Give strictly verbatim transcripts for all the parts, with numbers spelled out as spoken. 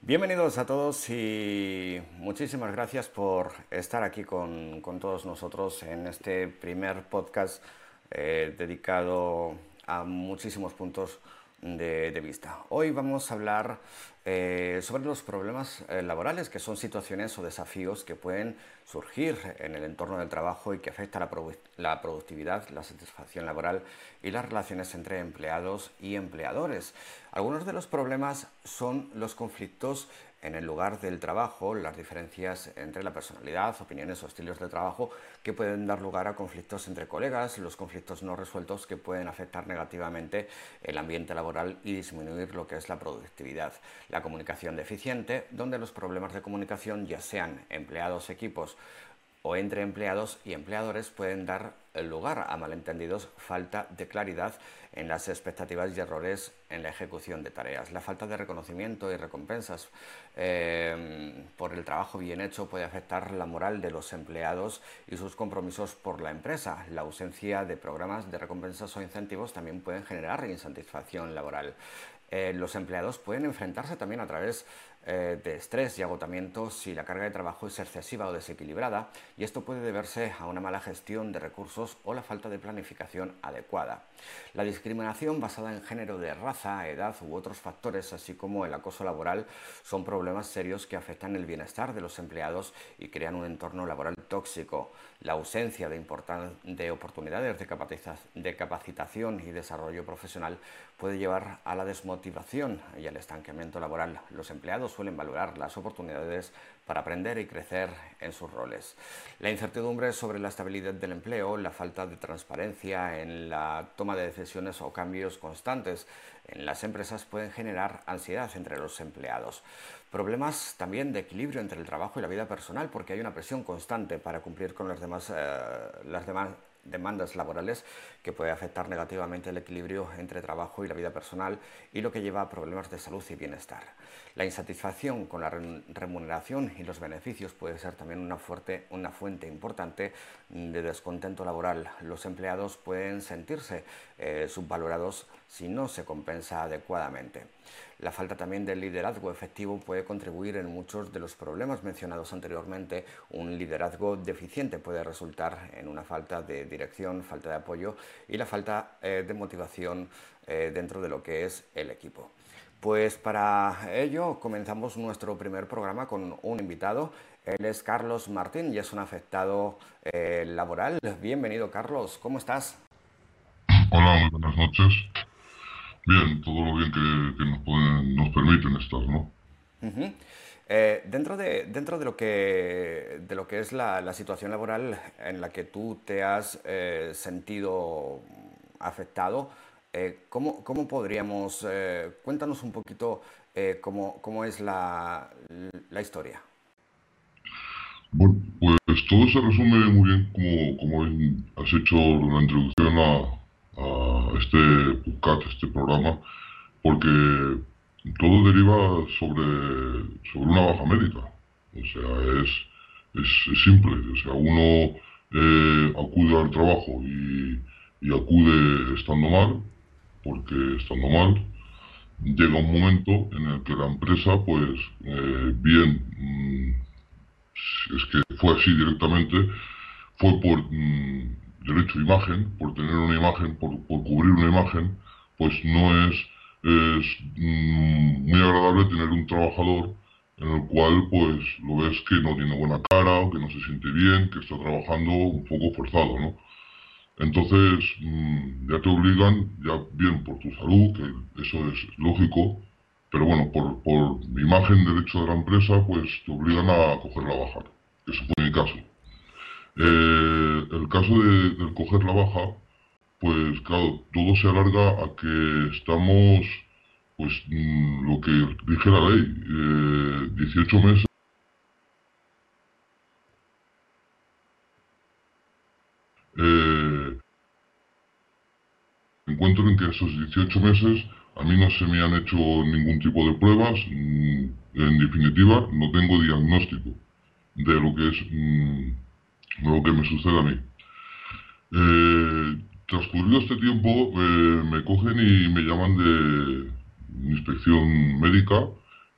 Bienvenidos a todos y muchísimas gracias por estar aquí con, con todos nosotros en este primer podcast eh, dedicado a muchísimos puntos de, de vista. Hoy vamos a hablar eh, sobre los problemas eh, laborales, que son situaciones o desafíos que pueden surgir en el entorno del trabajo y que afectan la, produ la productividad, la satisfacción laboral y las relaciones entre empleados y empleadores. Algunos de los problemas son los conflictos en el lugar del trabajo, las diferencias entre la personalidad, opiniones o estilos de trabajo que pueden dar lugar a conflictos entre colegas, los conflictos no resueltos que pueden afectar negativamente el ambiente laboral y disminuir lo que es la productividad. La comunicación deficiente, donde los problemas de comunicación, ya sean empleados, equipos o entre empleados y empleadores, pueden dar lugar a malentendidos, falta de claridad en las expectativas y errores en la ejecución de tareas. La falta de reconocimiento y recompensas eh, por el trabajo bien hecho puede afectar la moral de los empleados y sus compromisos por la empresa. La ausencia de programas de recompensas o incentivos también pueden generar insatisfacción laboral. Eh, los empleados pueden enfrentarse también a través eh, de estrés y agotamiento si la carga de trabajo es excesiva o desequilibrada, y esto puede deberse a una mala gestión de recursos o la falta de planificación adecuada. La discriminación basada en género, de raza, edad u otros factores, así como el acoso laboral, son problemas serios que afectan el bienestar de los empleados y crean un entorno laboral tóxico. La ausencia de, de oportunidades de, capacita de capacitación y desarrollo profesional puede llevar a la desmotivación y al estancamiento laboral. Los empleados suelen valorar las oportunidades para aprender y crecer en sus roles. La incertidumbre sobre la estabilidad del empleo, la falta de transparencia en la toma de decisiones o cambios constantes en las empresas pueden generar ansiedad entre los empleados. Problemas también de equilibrio entre el trabajo y la vida personal, porque hay una presión constante para cumplir con las demás, eh, las demás demandas laborales, que puede afectar negativamente el equilibrio entre trabajo y la vida personal, y lo que lleva a problemas de salud y bienestar. La insatisfacción con la remuneración y los beneficios puede ser también una, fuerte, una fuente importante de descontento laboral. Los empleados pueden sentirse eh, subvalorados si no se compensa adecuadamente. La falta también de liderazgo efectivo puede contribuir en muchos de los problemas mencionados anteriormente. Un liderazgo deficiente puede resultar en una falta de dirección, falta de apoyo y la falta eh, de motivación eh, dentro de lo que es el equipo. Pues para ello comenzamos nuestro primer programa con un invitado. Él es Carlos Martín y es un afectado eh, laboral. Bienvenido, Carlos. ¿Cómo estás? Hola, muy buenas noches. Bien, todo lo bien que, que nos, pueden, nos permiten estar, ¿no? Uh-huh. eh, dentro de, dentro de lo que, de lo que es la, la situación laboral en la que tú te has eh, sentido afectado, eh, ¿cómo, cómo podríamos, eh, cuéntanos un poquito eh, cómo, cómo es la, la historia? Bueno, pues todo se resume muy bien como, como has hecho la introducción a, a este podcast, este programa, porque todo deriva sobre, sobre una baja médica. O sea, es, es, es simple. O sea, uno eh, acude al trabajo y, y acude estando mal, porque estando mal llega un momento en el que la empresa, pues, eh, bien, mmm, es que fue así directamente, fue por mmm, derecho a imagen, por tener una imagen, por, por cubrir una imagen, pues no es, es mmm, muy agradable tener un trabajador en el cual, pues, lo ves que no tiene buena cara, o que no se siente bien, que está trabajando un poco forzado, ¿no? Entonces, mmm, ya te obligan, ya bien por tu salud, que eso es lógico, pero bueno, por, por imagen, derecho de la empresa, pues te obligan a coger la baja. Ese fue mi caso. Eh, el caso de, de coger la baja, pues claro, todo se alarga a que estamos, pues mmm, lo que dije la ley, eh, dieciocho meses. Eh, encuentro en que esos dieciocho meses a mí no se me han hecho ningún tipo de pruebas. Mmm, en definitiva, no tengo diagnóstico de lo que es mmm, lo que me sucede a mí. Eh, transcurrido este tiempo, eh, me cogen y me llaman de inspección médica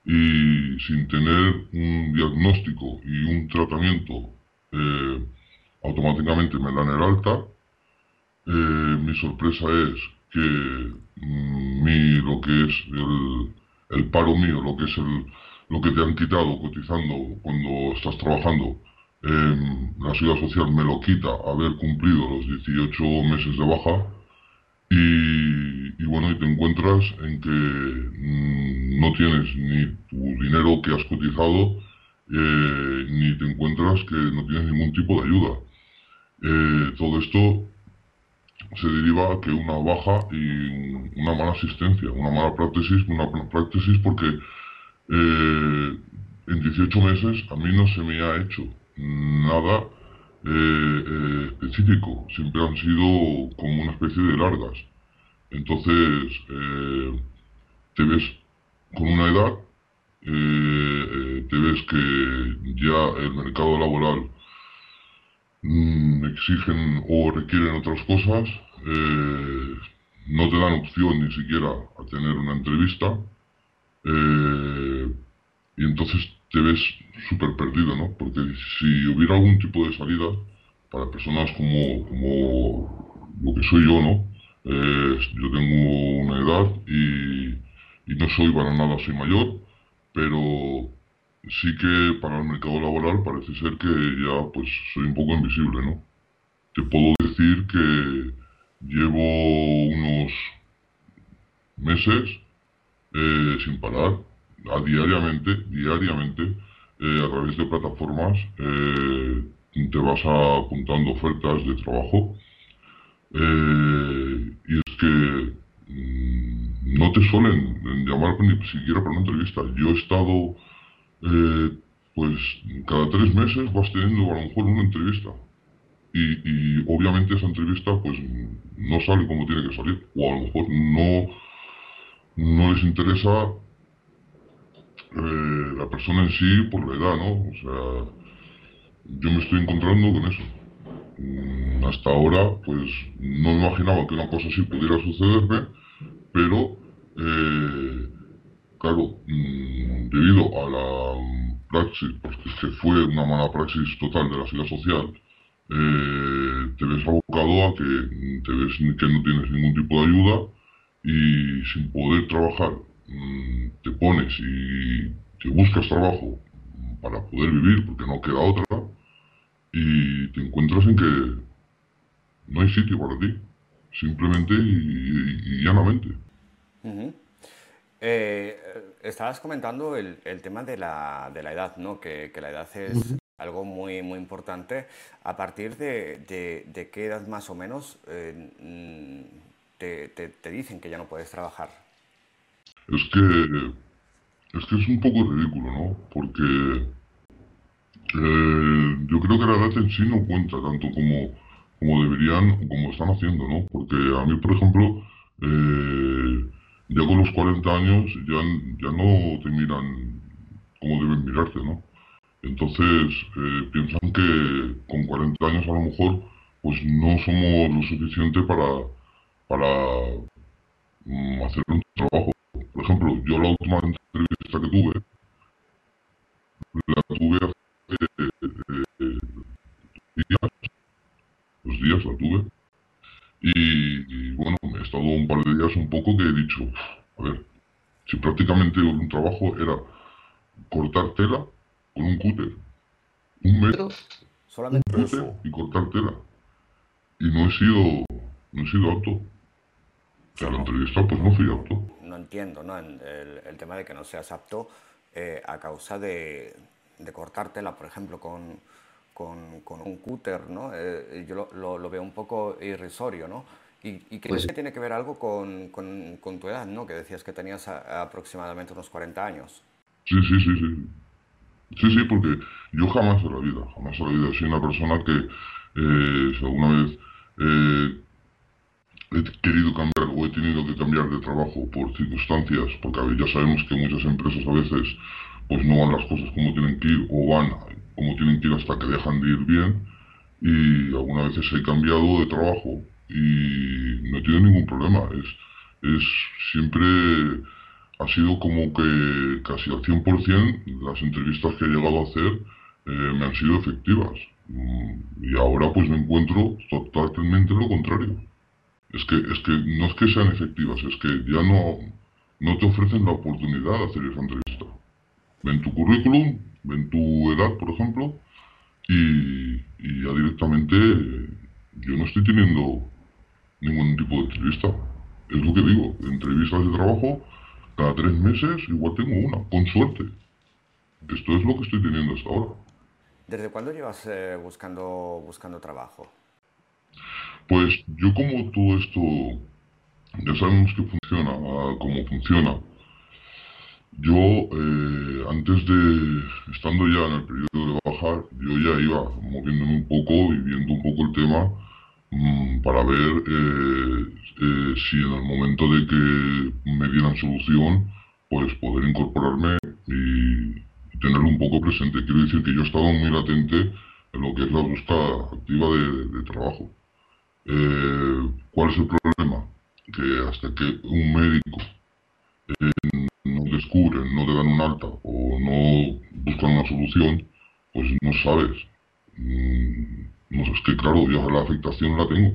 y sin tener un diagnóstico y un tratamiento, eh, automáticamente me dan el alta. Eh, mi sorpresa es que mm, mi, lo que es el, el paro mío, lo que es el, lo que te han quitado cotizando cuando estás trabajando, em, la seguridad social me lo quita haber cumplido los dieciocho meses de baja. Y, y bueno, y te encuentras en que mm, no tienes ni tu dinero que has cotizado, eh, ni te encuentras que no tienes ningún tipo de ayuda. Eh, todo esto se deriva a que una baja y una mala asistencia, una mala práctesis, una mala práctesis porque eh, en dieciocho meses a mí no se me ha hecho nada eh, eh, específico, siempre han sido como una especie de largas. Entonces, eh, te ves con una edad, eh, eh, te ves que ya el mercado laboral mm, exigen o requieren otras cosas, eh, no te dan opción ni siquiera a tener una entrevista, eh, y entonces te ves súper perdido, ¿no? Porque si hubiera algún tipo de salida para personas como, como lo que soy yo, ¿no? Eh, yo tengo una edad y, y no soy para nada, soy mayor, pero sí que para el mercado laboral parece ser que ya pues soy un poco invisible, ¿no? Te puedo decir que llevo unos meses eh, sin parar, a diariamente, diariamente, eh, a través de plataformas, eh, te vas apuntando ofertas de trabajo, eh, y es que mm, no te suelen llamar ni siquiera para una entrevista. Yo he estado, eh, pues, cada tres meses vas teniendo a lo mejor una entrevista. Y, y obviamente esa entrevista pues no sale como tiene que salir, o a lo mejor no, no les interesa eh, la persona en sí por la edad, ¿no? O sea, yo me estoy encontrando con eso. Mm, hasta ahora, pues no me imaginaba que una cosa así pudiera sucederme, pero, eh, claro, mm, debido a la mm, praxis, porque es que fue una mala praxis total de la seguridad social, eh, te ves abocado a que mm, te ves que no tienes ningún tipo de ayuda y sin poder trabajar, mm, te pones y te buscas trabajo para poder vivir porque no queda otra y te encuentras en que no hay sitio para ti, simplemente y, y- y llanamente. Ujú. Eh, estabas comentando el, el tema de la, de la edad, ¿no? Que, que la edad es algo muy, muy importante. ¿A partir de, de- de qué edad más o menos eh, mm, te, te- te dicen que ya no puedes trabajar? Es que es que es un poco ridículo, ¿no? Porque eh, yo creo que la edad en sí no cuenta tanto como, como deberían o como están haciendo, ¿no? Porque a mí, por ejemplo, eh, ya con los cuarenta años ya, ya no te miran como deben mirarte, ¿no? Entonces, eh, piensan que con cuarenta años a lo mejor pues no somos lo suficiente para, para mm, hacer un trabajo. Por ejemplo, yo la última entrevista que tuve, la tuve hace eh, días, dos días la tuve, y, y, bueno, he estado un par de días un poco que he dicho, a ver, si prácticamente un trabajo era cortar tela con un cúter, un metro, un Solamente cúter eso. y cortar tela. Y no he sido, no he sido apto. O sea, Sí, la no, entrevista pues no no, fui no, apto. no entiendo, ¿no? En- El, el tema de que no seas apto eh, a causa de, de cortártela, por ejemplo, con, con, con un cúter, ¿no? Eh, yo lo, lo- lo veo un poco irrisorio, ¿no? Y, y crees que tiene que ver algo con, con- con tu edad, ¿no? Que decías que tenías a- aproximadamente unos cuarenta años. Sí, sí, sí, sí. Sí, sí, porque yo jamás en la vida, jamás en la vida he sido una persona que eh, si alguna vez eh, he querido cambiar o he tenido que cambiar de trabajo por circunstancias, porque a ver, ya sabemos que muchas empresas a veces pues no van las cosas como tienen que ir o van como tienen que ir hasta que dejan de ir bien, y algunas veces he cambiado de trabajo y no he tenido ningún problema. Es, es siempre ha sido como que casi al cien por ciento las entrevistas que he llegado a hacer eh, me han sido efectivas. Mm, Y ahora pues me encuentro totalmente lo contrario. Es que, es que no es que sean efectivas, es que ya no, no te ofrecen la oportunidad de hacer esa entrevista. Ven tu currículum, ven tu edad, por ejemplo, y, y ya directamente eh, yo no estoy teniendo ningún tipo de entrevista. Es lo que digo, entrevistas de trabajo, cada tres meses igual tengo una, con suerte. Esto es lo que estoy teniendo hasta ahora. ¿Desde cuándo llevas eh, buscando, buscando trabajo? Pues yo como todo esto, ya sabemos que funciona, ah, cómo funciona. Yo, eh, antes de, estando ya en el periodo de bajar, yo ya iba moviéndome un poco y viendo un poco el tema, mm, para ver eh, eh, si en el momento de que me dieran solución, pues poder incorporarme y, y tenerlo un poco presente. Quiero decir que yo he estado muy latente en lo que es la búsqueda activa de, de trabajo. Eh, ¿cuál es el problema? Que hasta que un médico no descubren, no te dan un alta o no buscan una solución, pues no sabes. Mm, No sé, es que claro, yo la afectación la tengo.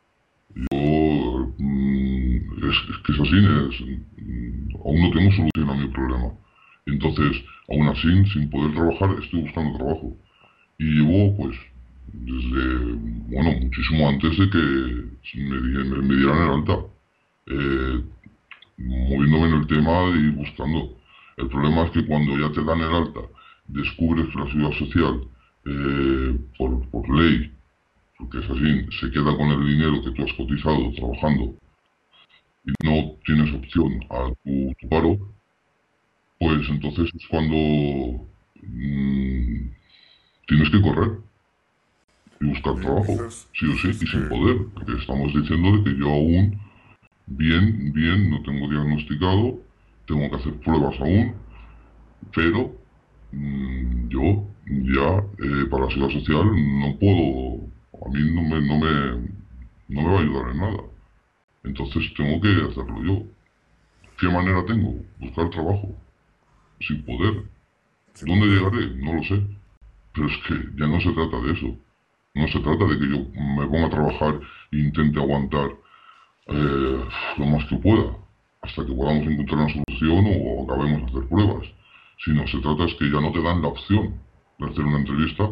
Yo, mm, es, es que es así, es, mm, aún no tengo solución a mi problema. Entonces, aún así, sin poder trabajar, estoy buscando trabajo. Y llevo, pues, desde, bueno, muchísimo antes de que me, di- me- me dieran el alta. Eh, Moviéndome en el tema y buscando. El problema es que cuando ya te dan el alta, descubres que la seguridad social, eh, por, por ley, porque es así, se queda con el dinero que tú has cotizado trabajando y no tienes opción a tu, tu paro, pues entonces es cuando mm, tienes que correr y buscar Di- trabajo, Dices, sí o sí, dices y sin que, poder, porque estamos diciendo de que yo aún, bien, bien, no tengo diagnosticado, tengo que hacer pruebas aún, pero mm, yo ya eh, para la seguridad social no puedo, a mí no me, no me, no me va a ayudar en nada. Entonces tengo que hacerlo yo. ¿Qué manera tengo? Buscar trabajo, sin poder. sin ¿Dónde poder, llegaré? No lo sé. Pero es que ya no se trata de eso. No se trata de que yo me ponga a trabajar e intente aguantar eh, lo más que pueda, hasta que podamos encontrar una solución o acabemos de hacer pruebas. Sino se trata es que ya no te dan la opción de hacer una entrevista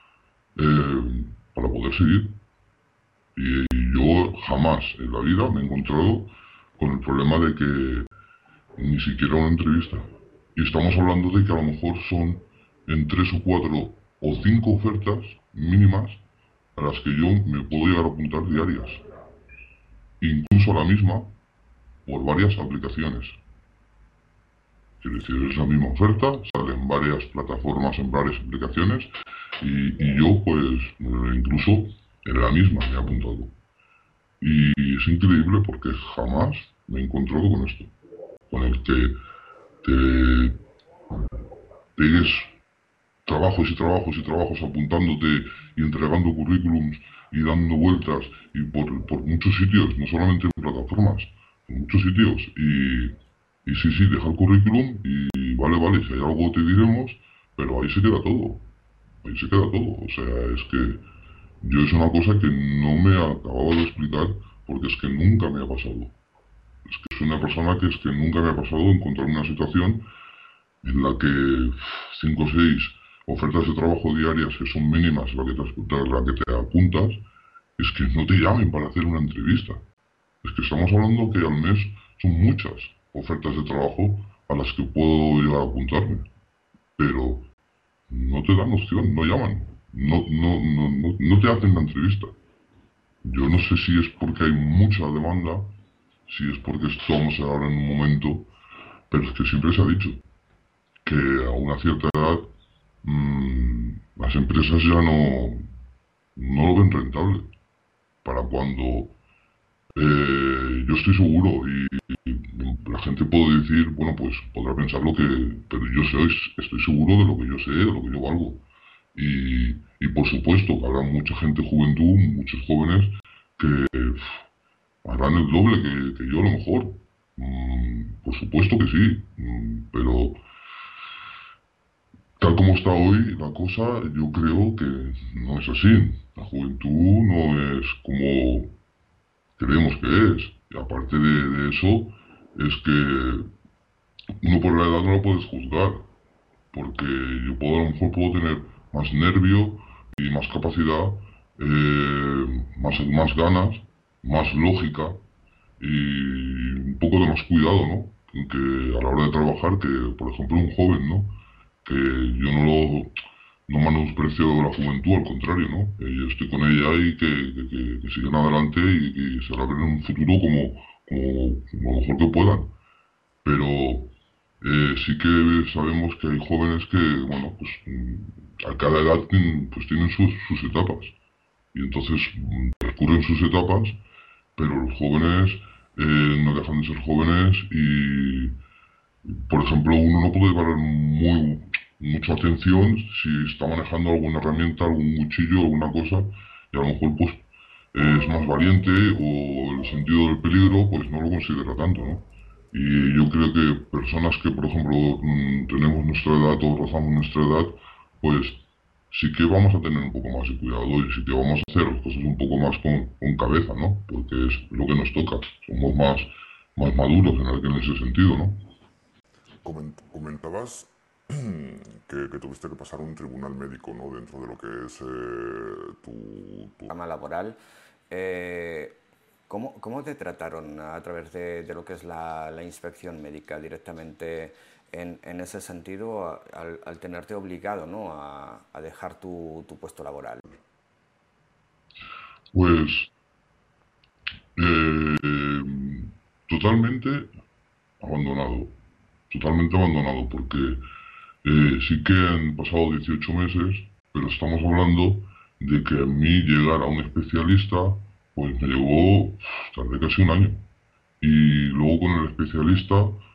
eh, para poder seguir. Y, y yo jamás en la vida me he encontrado con el problema de que ni siquiera una entrevista. Y estamos hablando de que a lo mejor son en tres o cuatro o cinco ofertas mínimas a las que yo me puedo llegar a apuntar diarias, incluso a la misma por varias aplicaciones. Quiero decir, es la misma oferta, salen varias plataformas en varias aplicaciones y, y yo pues eh, incluso en la misma me he apuntado. Y es increíble porque jamás me he encontrado con esto, con el que te pegues trabajos y trabajos y trabajos apuntándote y entregando currículums y dando vueltas y por, por muchos sitios, no solamente en plataformas, en muchos sitios. Y, y sí, sí, deja el currículum y vale, vale, si hay algo te diremos, pero ahí se queda todo, ahí se queda todo. O sea, es que yo es una cosa que no me acababa de explicar porque es que nunca me ha pasado. Es que soy una persona que es que nunca me ha pasado encontrar una situación en la que cinco o seis ofertas de trabajo diarias que son mínimas, la que te, apuntas- la que te apuntas, es que no te llamen para hacer una entrevista. Es que estamos hablando que al mes son muchas ofertas de trabajo a las que puedo llegar a apuntarme, pero no te dan opción, no llaman, no, no, no, no, no te hacen la entrevista. Yo no sé si es porque hay mucha demanda, si es porque estamos ahora en un momento, pero es que siempre se ha dicho que a una cierta edad mm, las empresas ya no, no lo ven rentable. Para cuando eh, yo estoy seguro y, y la gente puede decir, bueno, pues podrá pensar lo que, pero yo soy, estoy seguro de lo que yo sé, de lo que yo valgo. Y, y por supuesto que habrá mucha gente juventud, muchos jóvenes que pff, harán el doble que, que yo a lo mejor. Mm, por supuesto que sí, mm, pero tal como está hoy la cosa, yo creo que no es así. La juventud no es como creemos que es. Y aparte de, de eso, es que uno por la edad no lo puedes juzgar, porque yo puedo, a lo mejor puedo tener más nervio y más capacidad, eh, más, más ganas, más lógica y un poco de más cuidado, ¿no? Que a la hora de trabajar, que por ejemplo un joven, ¿no? Que yo no lo no menosprecio la juventud, al contrario, ¿no? Eh, yo estoy con ella y que, que, que- que sigan adelante y que se la ven en un futuro como, como, como lo mejor que puedan. Pero eh, sí que sabemos que hay jóvenes que, bueno, pues mm, a cada edad tienen, pues tienen sus, sus etapas. Y entonces mm, transcurren sus etapas, pero los jóvenes eh, no dejan de ser jóvenes y, por ejemplo, uno no puede parar muy, mucha atención si está manejando alguna herramienta, algún cuchillo, alguna cosa, y a lo mejor pues es más valiente o el sentido del peligro pues no lo considera tanto, ¿no? Y yo creo que personas que, por ejemplo, mm, tenemos nuestra edad o rozamos nuestra edad, pues sí que vamos a tener un poco más de cuidado y sí que vamos a hacer las cosas un poco más con, con cabeza, ¿no? Porque es lo que nos toca. Somos más, más maduros en, el- en ese sentido, ¿no? Coment- comentabas que, que tuviste que pasar un tribunal médico, ¿no? Dentro de lo que es eh, tu, tu... Rama laboral. Eh, ¿cómo, ¿Cómo te trataron a través de, de lo que es la, la inspección médica directamente en, en ese sentido a- al, al tenerte obligado, ¿no? a, a dejar tu, tu puesto laboral? Pues eh, totalmente abandonado, totalmente abandonado, porque eh, sí que han pasado dieciocho meses, pero estamos hablando de que a mí llegar a un especialista, pues me llevó, tardé casi un año. Y luego con el especialista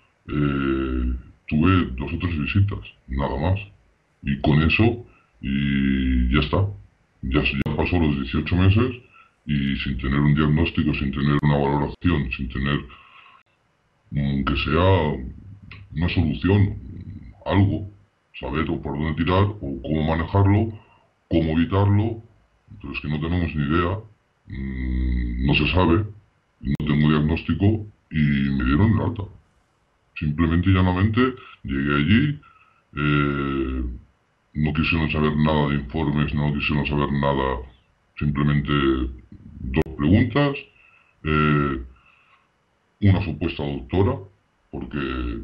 eh, tuve dos o tres visitas, nada más. Y con eso, y ya está. Ya, ya pasó los dieciocho meses y sin tener un diagnóstico, sin tener una valoración, sin tener mm, que sea una solución, algo, saber o por dónde tirar o cómo manejarlo, cómo evitarlo, pero es que no tenemos ni idea, mm, no se sabe, no tengo diagnóstico y me dieron el alta. Simplemente y llanamente llegué allí, eh, no quisieron saber nada de informes, no quisieron saber nada, simplemente dos preguntas, eh, una supuesta doctora, porque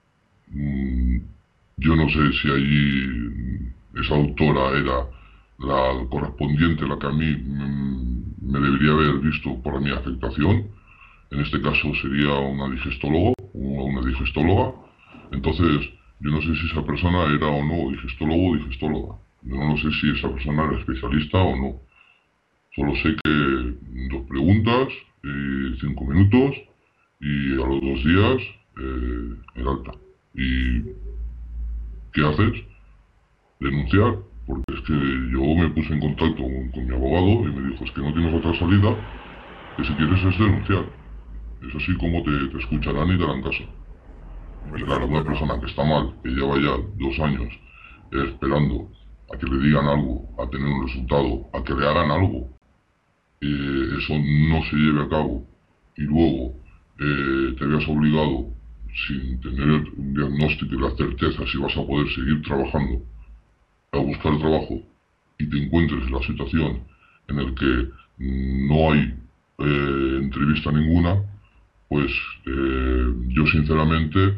mm, yo no sé si allí esa autora era la correspondiente, la que a mí mm, me debería haber visto para mi afectación. En este caso sería una digestóloga, una una digestóloga. Entonces, yo no sé si esa persona era o no digestólogo o digestóloga. Yo no sé si esa persona era especialista o no. Solo sé que dos preguntas, eh, cinco minutos y a los dos días eh, el alta. ¿Y qué haces? Denunciar, porque es que yo me puse en contacto con, con mi abogado y me dijo, es que no tienes otra salida, que si quieres es denunciar. Es así como te, te escucharán y te harán caso. Y Merece claro, la una pena. persona que está mal, que lleva ya dos años eh, esperando a que le digan algo, a tener un resultado, a que le hagan algo, eh, eso no se lleve a cabo y luego eh, te veas obligado, sin tener un diagnóstico y la certeza si vas a poder seguir trabajando, a buscar trabajo y te encuentres en la situación en la que no hay eh, entrevista ninguna, pues eh, yo sinceramente,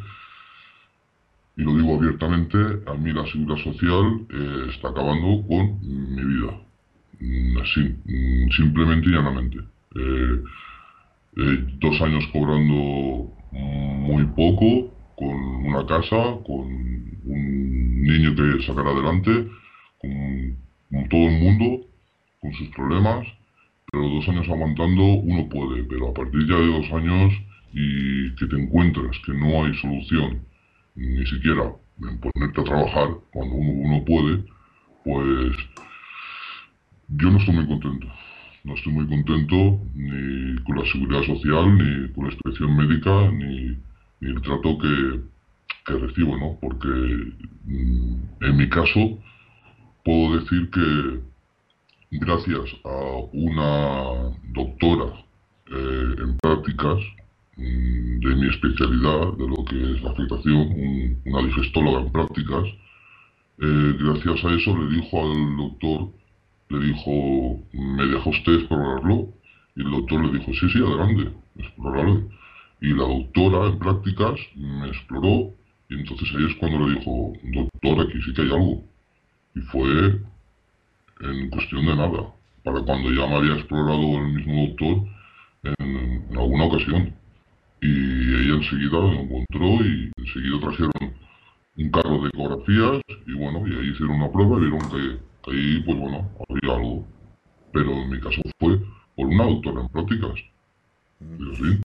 y lo digo abiertamente, a mí la seguridad social eh, está acabando con mi vida. Mm, Así, mm, simplemente y llanamente. Eh, eh, dos años cobrando muy poco, con una casa, con un niño que sacar adelante, con, con todo el mundo, con sus problemas, pero dos años aguantando uno puede, pero a partir ya de dos años y que te encuentres que no hay solución, ni siquiera en ponerte a trabajar cuando uno, uno puede, pues yo no estoy muy contento. no estoy muy contento ni con la seguridad social, ni con la inspección médica, ni, ni el trato que, que recibo, ¿no? Porque mm, en mi caso puedo decir que gracias a una doctora eh, en prácticas mm, de mi especialidad, de lo que es la afectación, un- una digestóloga en prácticas, eh, gracias a eso le dijo al doctor, le dijo, ¿me deja usted explorarlo? Y el doctor le dijo, sí, sí, adelante, explorarlo. Y la doctora en prácticas me exploró y entonces ahí es cuando le dijo, doctor, aquí sí que hay algo. Y fue en cuestión de nada, para cuando ya me había explorado el mismo doctor en, en alguna ocasión. Y ella enseguida lo encontró y enseguida trajeron un carro de ecografías y bueno, y ahí hicieron una prueba y vieron que, que ahí, pues bueno, había algo. Pero en mi caso fue por una doctora en prácticas. Y así.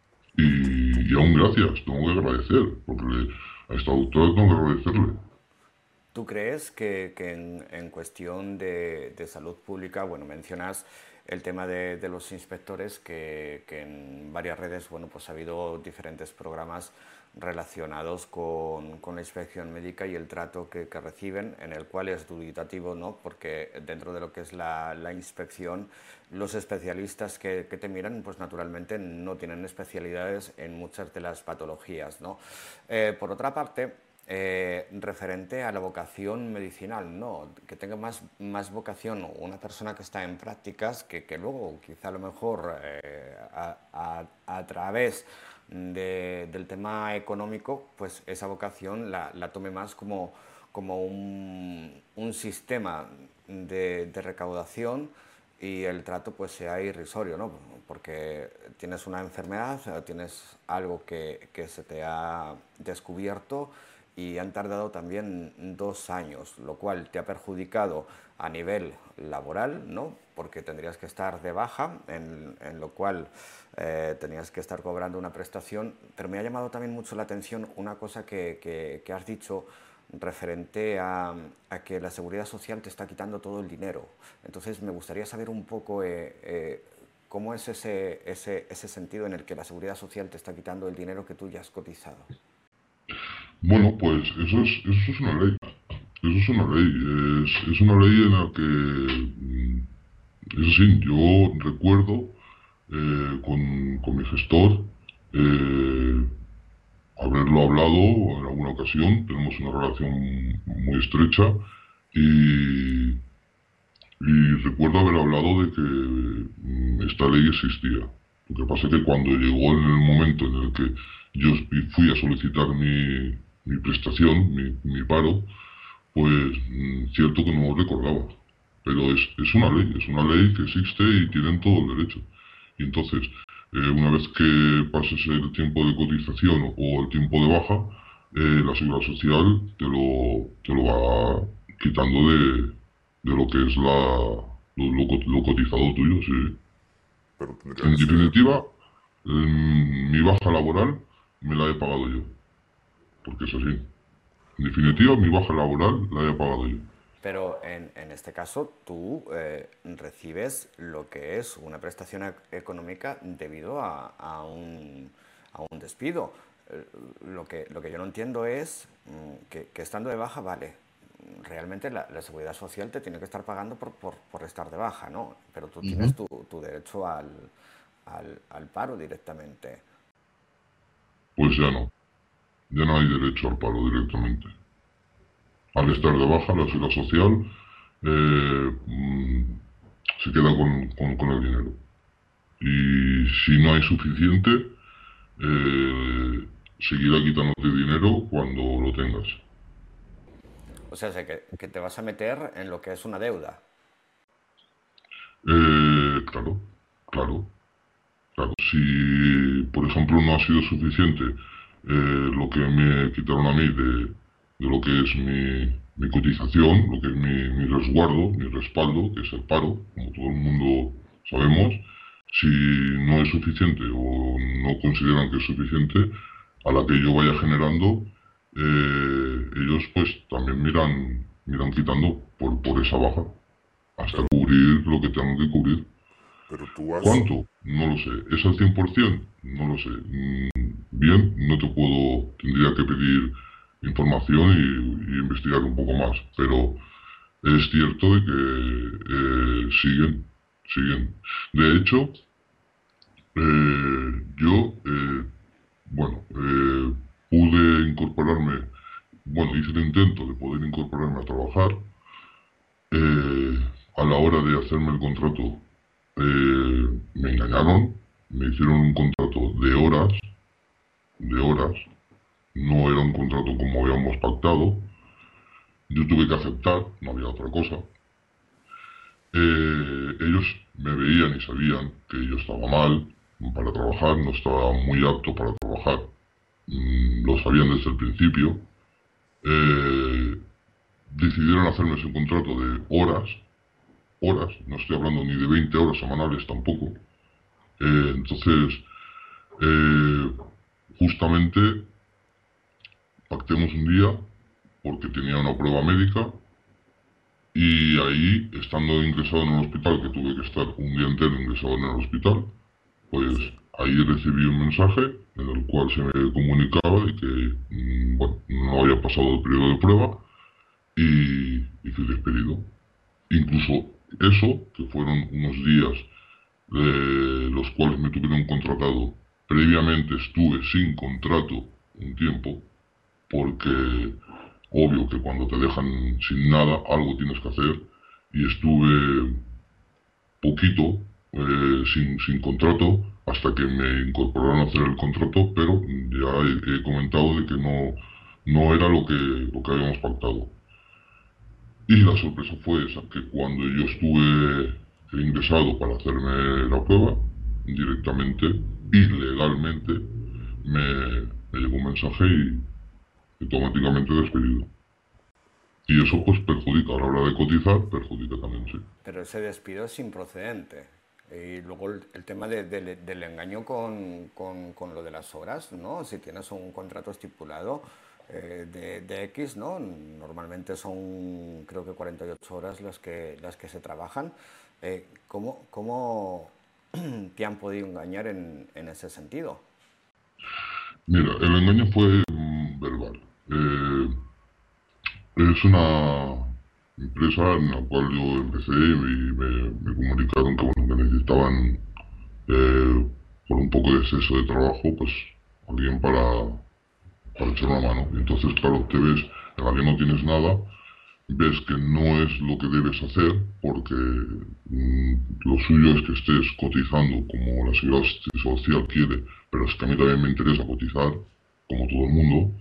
Y, y aún gracias, tengo que agradecer, porque le- a esta doctora tengo que agradecerle. ¿Tú crees que, que en, en cuestión de, de salud pública, bueno, mencionas el tema de, de los inspectores, que, que en varias redes, bueno, pues ha habido diferentes programas relacionados con, con la inspección médica y el trato que, que reciben, en el cual es dubitativo, ¿no? Porque dentro de lo que es la, la inspección, los especialistas que, que te miran, pues naturalmente no tienen especialidades en muchas de las patologías, ¿no? Eh, por otra parte, eh, referente a la vocación medicinal, no, que tenga más, más vocación una persona que está en prácticas que, que luego quizá a lo mejor eh, a, a, a través de, del tema económico, pues esa vocación la, la tome más como, como un, un sistema de, de recaudación y el trato pues sea irrisorio, ¿no? Porque tienes una enfermedad, tienes algo que, que se te ha descubierto y han tardado también dos años, lo cual te ha perjudicado a nivel laboral, ¿no? Porque tendrías que estar de baja, en, en lo cual eh, tenías que estar cobrando una prestación, pero me ha llamado también mucho la atención una cosa que, que, que has dicho referente a, a, que la seguridad social te está quitando todo el dinero. Entonces me gustaría saber un poco eh, eh, cómo es ese, ese, ese sentido en el que la seguridad social te está quitando el dinero que tú ya has cotizado. Bueno, pues eso es, eso es una ley. Eso es una ley. Es, es una ley en la que, mm, eso sí, yo recuerdo eh, con, con mi gestor eh, haberlo hablado en alguna ocasión. Tenemos una relación muy estrecha y, y recuerdo haber hablado de que mm, esta ley existía. Lo que pasa es que cuando llegó en el momento en el que yo fui a solicitar mi, mi prestación, mi, mi paro, pues mm, cierto que no lo recordaba. Pero es, es una ley, es una ley que existe y tienen todo el derecho. Y entonces, eh, una vez que pases el tiempo de cotización o el tiempo de baja, eh, la seguridad social te lo, te lo va quitando de, de lo que es la, lo, lo co- lo cotizado tuyo, sí. Pero tendría En que ser, definitiva, mm, mi baja laboral me la he pagado yo, porque es así. En definitiva, mi baja laboral la he pagado yo. Pero en, en este caso tú eh, recibes lo que es una prestación ec- económica debido a, a un, a un despido. Eh, Lo que, lo que yo no entiendo es mm, que, que estando de baja, vale, realmente la, la seguridad social te tiene que estar pagando por, por, por estar de baja, ¿no? Pero tú tienes Ujú. tu, tu derecho al, al, al paro directamente. Pues ya no, ya no hay derecho al paro directamente. Al estar de baja, la seguridad social eh, mm, se queda con, con- con el dinero. Y si no hay suficiente, eh, seguirá quitándote dinero cuando lo tengas. O sea, sé que, que te vas a meter en lo que es una deuda. Eh, claro, claro, claro. Si, por ejemplo, no ha sido suficiente eh, lo que me quitaron a mí de, de lo que es mi, mi cotización, lo que es mi, mi resguardo, mi respaldo, que es el paro, como todo el mundo sabemos, si no es suficiente o no consideran que es suficiente, a la que yo vaya generando, eh, ellos pues también miran, miran, quitando por, por esa baja, hasta pero, cubrir lo que tengan que cubrir. Pero tú has... ¿Cuánto? No lo sé. ¿Es al cien por ciento? No lo sé. Mm, Bien, no te puedo, tendría que pedir información y, y investigar un poco más, pero es cierto de que eh, siguen, siguen. De hecho, eh, yo, eh, bueno, eh, pude incorporarme, bueno, hice el intento de poder incorporarme a trabajar. Eh, a la hora de hacerme el contrato, eh, me engañaron, me hicieron un contrato de horas, de horas, no era un contrato como habíamos pactado. Yo tuve que aceptar, no había otra cosa. Eh, ellos me veían y sabían que yo estaba mal para trabajar, no estaba muy apto para trabajar. Mm, lo sabían desde el principio. Eh, Decidieron hacerme ese contrato de horas, horas, no estoy hablando ni de veinte horas semanales tampoco. Eh, entonces, eh, justamente pactemos un día porque tenía una prueba médica y ahí, estando ingresado en el hospital, que tuve que estar un día entero ingresado en el hospital, pues Sí. ahí recibí un mensaje en el cual se me comunicaba de que, mm, bueno, no había pasado el periodo de prueba y, y fui despedido. Incluso eso, que fueron unos días de los cuales me tuvieron contratado, previamente estuve sin contrato un tiempo, porque obvio que cuando te dejan sin nada, algo tienes que hacer, y estuve poquito eh, sin, sin contrato hasta que me incorporaron a hacer el contrato, pero ya he, he comentado de que no, no era lo que, lo que habíamos pactado. Y la sorpresa fue esa, que cuando yo estuve ingresado para hacerme la prueba, directamente, ilegalmente, me, me llegó un mensaje y automáticamente despedido. Y eso pues perjudica a la hora de cotizar, perjudica también, sí. Pero ese despido es improcedente. Y luego el, el tema de- de- del engaño con, con- con lo de las horas, ¿no? Si tienes un contrato estipulado eh, de, de X, ¿no? Normalmente son, creo que cuarenta y ocho horas las que, las que se trabajan. Eh, ¿cómo, cómo te han podido engañar en, en ese sentido? Mira, el engaño fue mm, verbal. Eh, es una empresa en la cual yo empecé y me, me comunicaron que, bueno, que necesitaban, eh, por un poco de exceso de trabajo, pues alguien para, para echar una mano. Y entonces, claro, te ves en la que no tienes nada, ves que no es lo que debes hacer, porque mm, lo suyo es que estés cotizando como la seguridad social quiere, pero es que a mí también me interesa cotizar, como todo el mundo.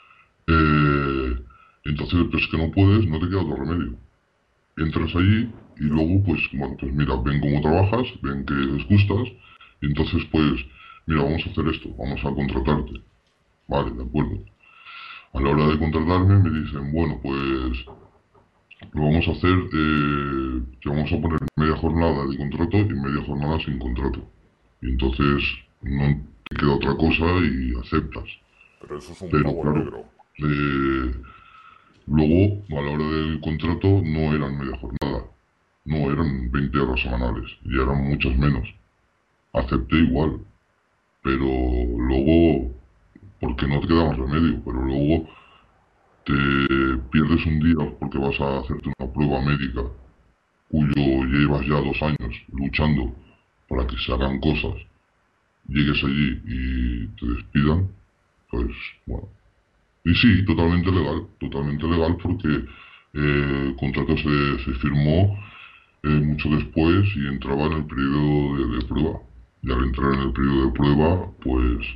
Eh, entonces, pues que no puedes, no te queda otro remedio. Entras allí y luego, pues, bueno, pues mira, ven cómo trabajas, ven que les gustas, y entonces, pues, mira, vamos a hacer esto, vamos a contratarte. Vale, de acuerdo. A la hora de contratarme me dicen, bueno, pues lo vamos a hacer, eh, te vamos a poner media jornada de contrato y media jornada sin contrato. Y entonces no te queda otra cosa y aceptas. Pero eso es un Pero pago claro, negro. eh, luego a la hora del contrato no eran media jornada, no eran veinte horas semanales, y eran muchas menos. Acepté igual, pero luego, porque no te queda más remedio, pero luego te pierdes un día porque vas a hacerte una prueba médica cuyo llevas ya dos años luchando para que se hagan cosas, llegues allí y te despidan, pues bueno. Y sí, totalmente legal, totalmente legal porque eh, el contrato se, se firmó eh, mucho después y entraba en el periodo de, de prueba. Y al entrar en el periodo de prueba, pues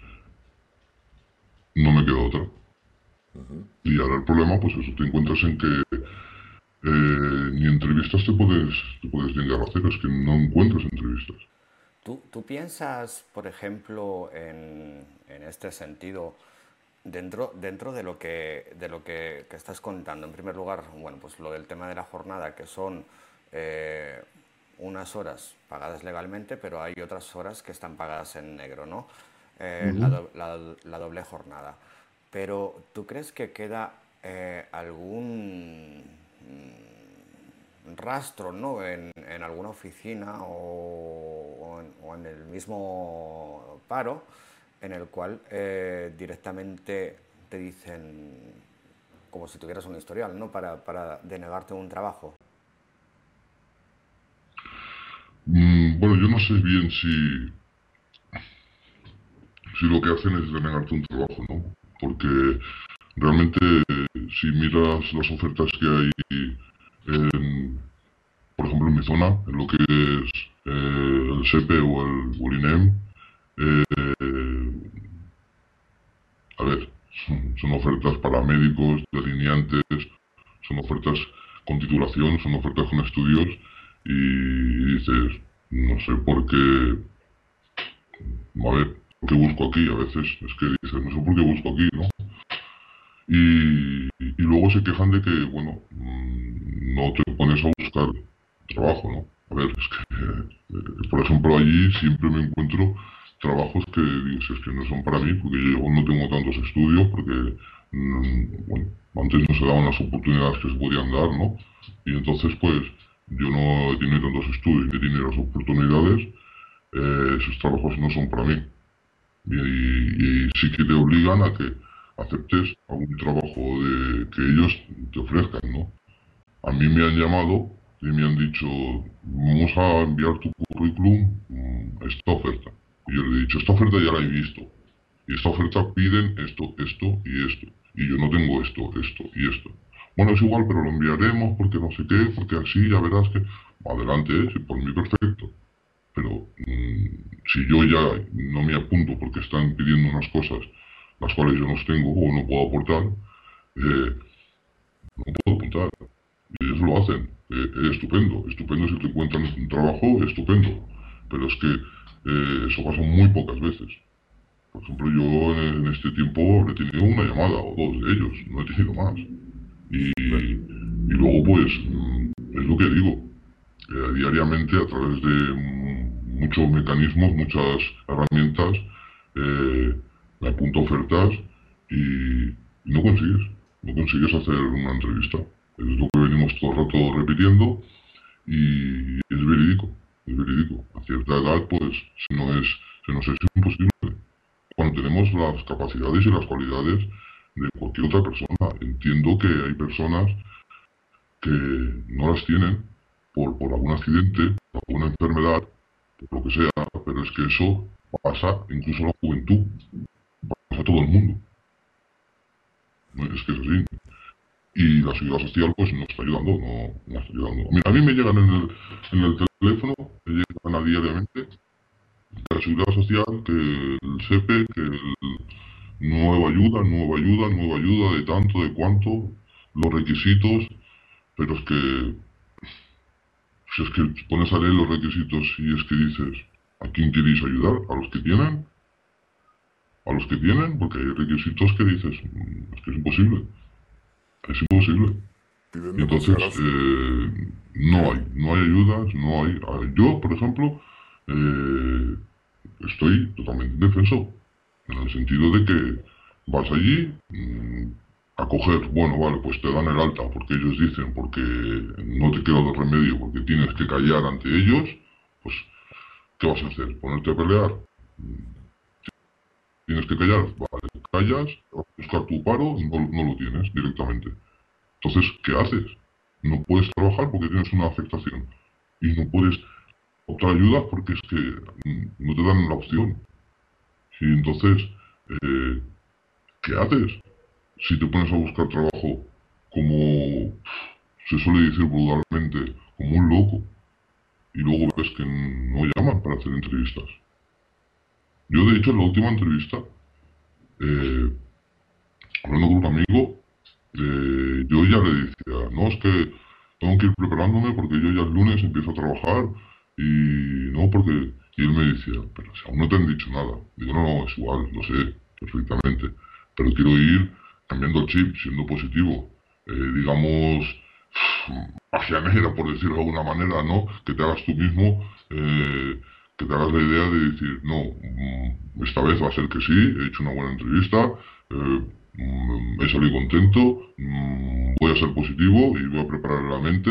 no me queda otra. Y ahora el problema, pues eso, te encuentras en que eh, ni entrevistas te puedes, te puedes llegar a hacer, es que no encuentras entrevistas. ¿Tú, tú piensas, por ejemplo, en, en este sentido, dentro, dentro de lo, que, de lo que, que estás contando? En primer lugar, bueno, pues lo del tema de la jornada, que son eh, unas horas pagadas legalmente, pero hay otras horas que están pagadas en negro, ¿no? Eh, la, Ujú. do- la- la doble jornada. Pero ¿tú crees que queda eh, algún rastro, ¿no? en, en alguna oficina o, o, en, o en el mismo paro, en el cual eh, directamente te dicen, como si tuvieras un historial, ¿no? para, para denegarte un trabajo. Mm, bueno, yo no sé bien si, si lo que hacen es denegarte un trabajo, ¿no? Porque realmente si miras las ofertas que hay, en, por ejemplo, en mi zona, en lo que es eh, el SEPE o el, o el INEM, eh, a ver, son, son ofertas para médicos, delineantes, son ofertas con titulación, son ofertas con estudios y dices, no sé por qué, a ver, ¿por qué busco aquí? A veces es que dices, no sé por qué busco aquí, ¿no? Y, y luego se quejan de que, bueno, mm, no te pones a buscar trabajo, ¿no? A ver, es que, eh, por ejemplo, allí siempre me encuentro trabajos que digo, si es que no son para mí, porque yo no tengo tantos estudios, porque, mm, bueno, antes no se daban las oportunidades que se podían dar, ¿no? Y entonces, pues, yo no he tenido tantos estudios ni he tenido las oportunidades, eh, esos trabajos no son para mí. Y, y sí que te obligan a que aceptes algún trabajo de, que ellos te ofrezcan, ¿no? A mí me han llamado y me han dicho, vamos a enviar tu currículum mm, a esta oferta. Y yo le he dicho, esta oferta ya la he visto. Y esta oferta piden esto, esto y esto. Y yo no tengo esto, esto y esto. Bueno, es igual, pero lo enviaremos porque no sé qué, porque así ya verás que... Adelante, ¿eh? Si por mí perfecto. Pero mmm, si yo ya no me apunto porque están pidiendo unas cosas las cuales yo no tengo o no puedo aportar, eh, no puedo apuntar. Y ellos lo hacen. Eh, eh, estupendo, estupendo si te encuentran un trabajo, estupendo. Pero es que eh, eso pasa muy pocas veces. Por ejemplo, yo en, en este tiempo habré tenido una llamada o dos de ellos, no he tenido más. Y, y luego pues, mm, es lo que digo, eh, diariamente a través de mm, muchos mecanismos, muchas herramientas, eh, me apunto a ofertas y, y no consigues, no consigues hacer una entrevista. Es lo que venimos todo el rato repitiendo y es verídico, es verídico. A cierta edad, pues, si no es, se nos es imposible. Cuando tenemos las capacidades y las cualidades de cualquier otra persona. Entiendo que hay personas que no las tienen por, por algún accidente, por alguna enfermedad, por lo que sea, pero es que eso pasa incluso en la juventud, pasa a todo el mundo. ¿No? Es que es así. Y la seguridad social pues nos está ayudando, no, no está ayudando. Mira, a mí me llegan en el, en el teléfono, me llegan a diariamente, la seguridad social, que el SEPE, que el nueva ayuda, nueva ayuda, nueva ayuda, de tanto, de cuánto, los requisitos, pero es que si es que pones a leer los requisitos y es que dices, ¿a quién queréis ayudar? ¿A los que tienen? ¿A los que tienen? Porque hay requisitos que dices, "Mm, es que es imposible, es imposible". Piden Y entonces, demasiadas... eh, no hay, no hay ayudas, no hay... a ver, yo, por ejemplo, eh, estoy totalmente indefenso, en el sentido de que vas allí mm, a coger, bueno, vale, pues te dan el alta, porque ellos dicen, porque no te queda otro remedio, porque tienes que callar ante ellos, pues, ¿qué vas a hacer? ¿Ponerte a pelear? ¿Tienes que callar? Vale, callas, vas a buscar tu paro, no, no lo tienes directamente. Entonces, ¿qué haces? No puedes trabajar porque tienes una afectación y no puedes optar ayuda porque es que mm, no te dan la opción. Y entonces, eh, ¿qué haces? Si te pones a buscar trabajo como se suele decir vulgarmente, como un loco, y luego ves que no llaman para hacer entrevistas. Yo, de hecho, en la última entrevista, eh, hablando con un amigo, eh, yo ya le decía, no, es que tengo que ir preparándome porque yo ya el lunes empiezo a trabajar y no, porque... Y él me decía, pero si aún no te han dicho nada. Digo, no, no, es igual, lo sé perfectamente, pero quiero ir cambiando el chip, siendo positivo. Eh, digamos, magia negra, por decirlo de alguna manera, ¿no? Que te hagas tú mismo, eh, que te hagas la idea de decir, no, mm, esta vez va a ser que sí, he hecho una buena entrevista, eh, mm, he salido contento, mm, voy a ser positivo y voy a preparar la mente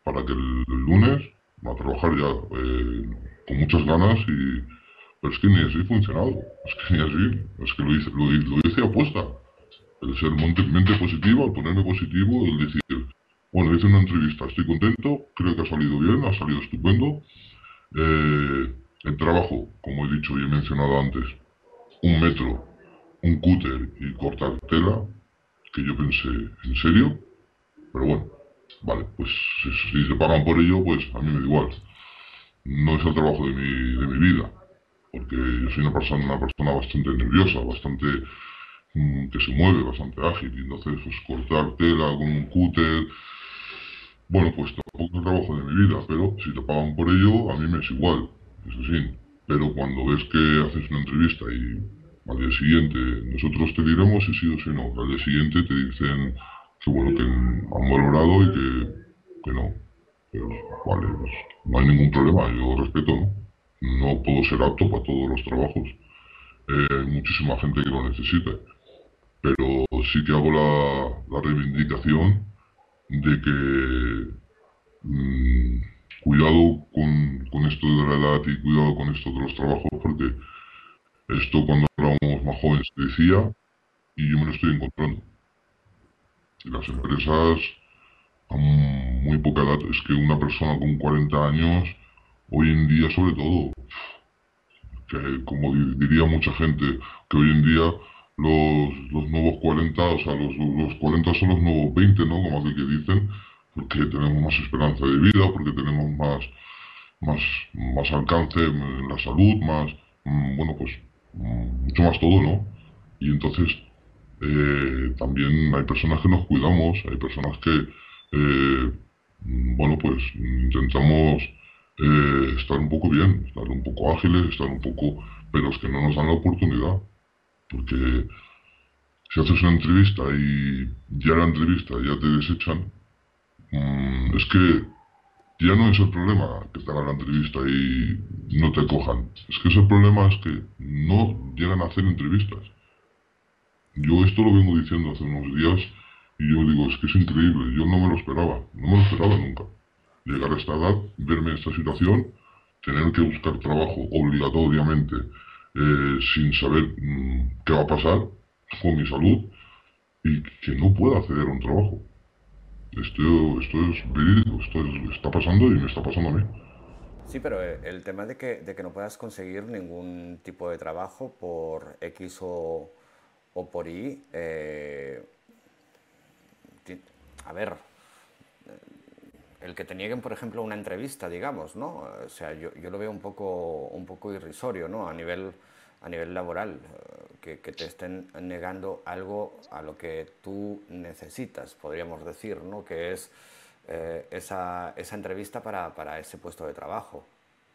para que el, el lunes va a trabajar ya eh, con muchas ganas y... Pero es que ni así ha funcionado, es que ni así, es que lo hice, lo, lo hice apuesta. El ser mente, mente positiva, el ponerme positivo, el decir, bueno, hice una entrevista, estoy contento, creo que ha salido bien, ha salido estupendo. Eh, el trabajo, como he dicho y he mencionado antes, un metro, un cúter y cortar tela, que yo pensé, ¿en serio? Pero bueno, vale, pues si, si te pagan por ello, pues a mí me da igual. No es el trabajo de mi, de mi vida, porque yo soy una persona, una persona bastante nerviosa, bastante mm, que se mueve, bastante ágil, y entonces pues cortar tela con un cúter, bueno, pues tampoco es el trabajo de mi vida, pero si te pagan por ello, a mí me es igual, es así. Pero cuando ves que haces una entrevista y al día siguiente nosotros te diremos si sí o si no, al día siguiente te dicen que bueno, que han valorado y que, que no. Pues vale, pues no hay ningún problema, yo respeto, ¿no? No puedo ser apto para todos los trabajos. Eh, hay muchísima gente que lo necesita, pero sí que hago la, la reivindicación de que mm, cuidado con, con esto de la edad y cuidado con esto de los trabajos, porque esto cuando éramos más jóvenes se decía y yo me lo estoy encontrando. Y las empresas a muy poca edad, es que una persona con cuarenta años, hoy en día sobre todo, que como di- diría mucha gente, que hoy en día los, los nuevos cuarenta, o sea, los, los cuarenta son los nuevos veinte, ¿no? Como aquel que dicen, porque tenemos más esperanza de vida, porque tenemos más, más, más alcance en la salud, más, mm, bueno, pues mm, mucho más todo, ¿no? Y entonces eh, también hay personas que nos cuidamos, hay personas que, eh, mm, bueno, pues intentamos eh, estar un poco bien, estar un poco ágiles, estar un poco, pero es que no nos dan la oportunidad, porque si haces una entrevista y ya la entrevista ya te desechan, mm, es que ya no es el problema que te hagan la entrevista y no te cojan. Es que ese problema es que no llegan a hacer entrevistas. Yo esto lo vengo diciendo hace unos días y yo digo, es que es increíble, yo no me lo esperaba, no me lo esperaba nunca. Llegar a esta edad, verme en esta situación, tener que buscar trabajo obligatoriamente eh, sin saber mm, qué va a pasar con mi salud y que no pueda acceder a un trabajo. Esto, esto es verídico, esto es- está pasando y me está pasando a mí. Sí, pero eh, el tema de que, de que no puedas conseguir ningún tipo de trabajo por X o, o por Y, eh, ti- a ver, el que te nieguen, por ejemplo, una entrevista, digamos, ¿no? O sea, yo, yo lo veo un poco, un poco irrisorio, ¿no? A nivel, a nivel laboral, eh, que, que te estén negando algo a lo que tú necesitas, podríamos decir, ¿no? Que es eh, esa, esa entrevista para, para ese puesto de trabajo.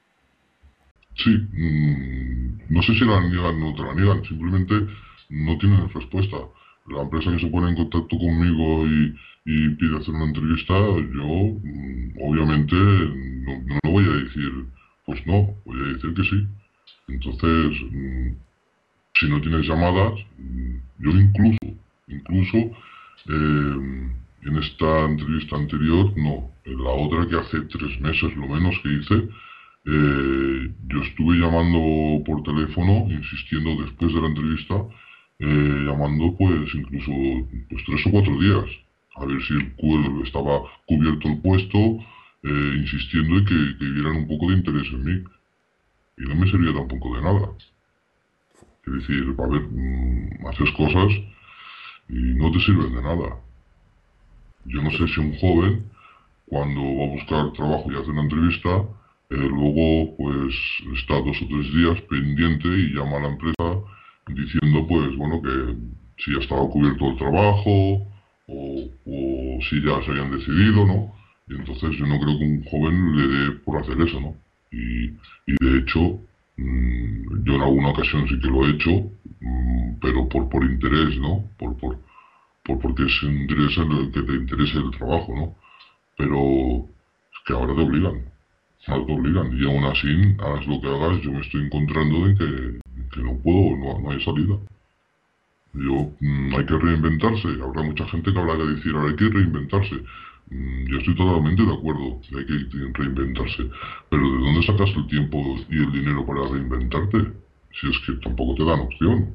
Sí, mm, no sé si la niegan o no te la niegan, simplemente no tienen respuesta. La empresa que se pone en contacto conmigo y, y pide hacer una entrevista, yo mm, obviamente no, no le voy a decir, pues no, voy a decir que sí. Entonces, mm, si no tienes llamadas, mm, yo incluso, incluso eh, en esta entrevista anterior, no, en la otra que hace tres meses lo menos que hice, eh, yo estuve llamando por teléfono, insistiendo después de la entrevista, eh, llamando pues incluso pues, tres o cuatro días, a ver si el cu- estaba cubierto el puesto, eh, insistiendo y que, que vieran un poco de interés en mí. Y no me servía tampoco de nada. Es decir, a ver, mm, haces cosas y no te sirven de nada. Yo no sé si un joven, cuando va a buscar trabajo y hace una entrevista, eh, luego pues está dos o tres días pendiente y llama a la empresa diciendo pues bueno que si ya estaba cubierto el trabajo o, o si ya se habían decidido, ¿no? Y entonces yo no creo que un joven le dé por hacer eso, ¿no? Y, y de hecho, mm, yo en alguna ocasión sí que lo he hecho, mm, pero por, por interés, ¿no? Por, por, por, porque es interés en el que te interese el trabajo, ¿no? Pero es que ahora te obligan, ahora te obligan y aún así, hagas lo que hagas, yo me estoy encontrando en que, que no puedo, no, no hay salida. Yo, mm, hay que reinventarse, habrá mucha gente que habrá que decir, ahora hay que reinventarse. Mm, Yo estoy totalmente de acuerdo, hay que reinventarse, pero ¿de dónde sacas el tiempo y el dinero para reinventarte? Si es que tampoco te dan opción.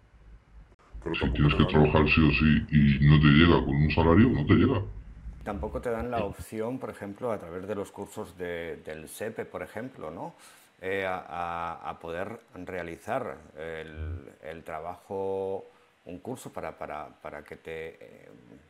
Pero Si tampoco tienes te que dan, trabajar sí o sí y no te llega con un salario, no te llega. Tampoco te dan la opción, por ejemplo, a través de los cursos de- del SEPE, por ejemplo, ¿no? Eh, a, a- a poder realizar el, el trabajo, un curso para, para, para que te eh,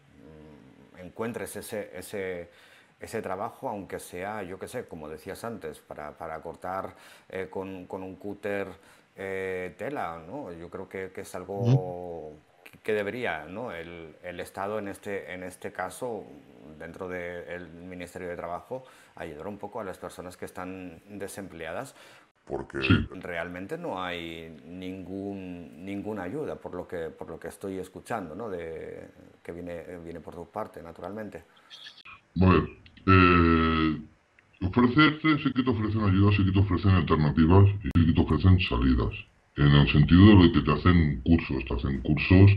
mm, encuentres ese, ese, ese trabajo, aunque sea, yo qué sé, como decías antes, para, para cortar eh, con, con un cúter eh, tela, ¿no? Yo creo que, que es Ujú. algo que, que debería, ¿no? El, el Estado en este, en este caso, dentro del Ministerio de Trabajo, ayudar un poco a las personas que están desempleadas, Sí, porque realmente no hay ningún, ninguna ayuda por lo que, por lo que estoy escuchando, ¿no? De, que viene, viene por tu parte, naturalmente. a ver, eh, ofrecerte sí que te ofrecen ayudas, sí que te ofrecen alternativas y sí que te ofrecen salidas. En el sentido de que te hacen cursos, te hacen cursos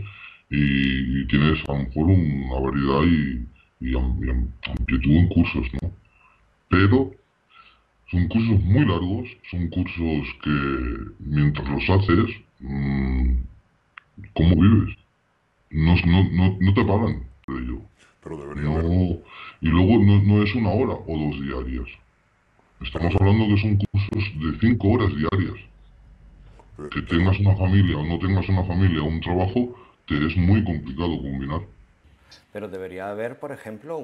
y, y tienes a lo mejor una variedad y, y am- y am- amplitud en cursos, ¿no? Pero son cursos muy largos, son cursos que mientras los haces, mm, ¿cómo vives? No, no, no, no te pagan por ello. pero debería haber, No, y luego no, no es una hora o dos diarias. pero, Estamos de- hablando que son cursos de cinco horas diarias. pe- Que pero tengas una familia o no tengas una familia o un trabajo, te es muy complicado combinar. Pero debería haber, por ejemplo,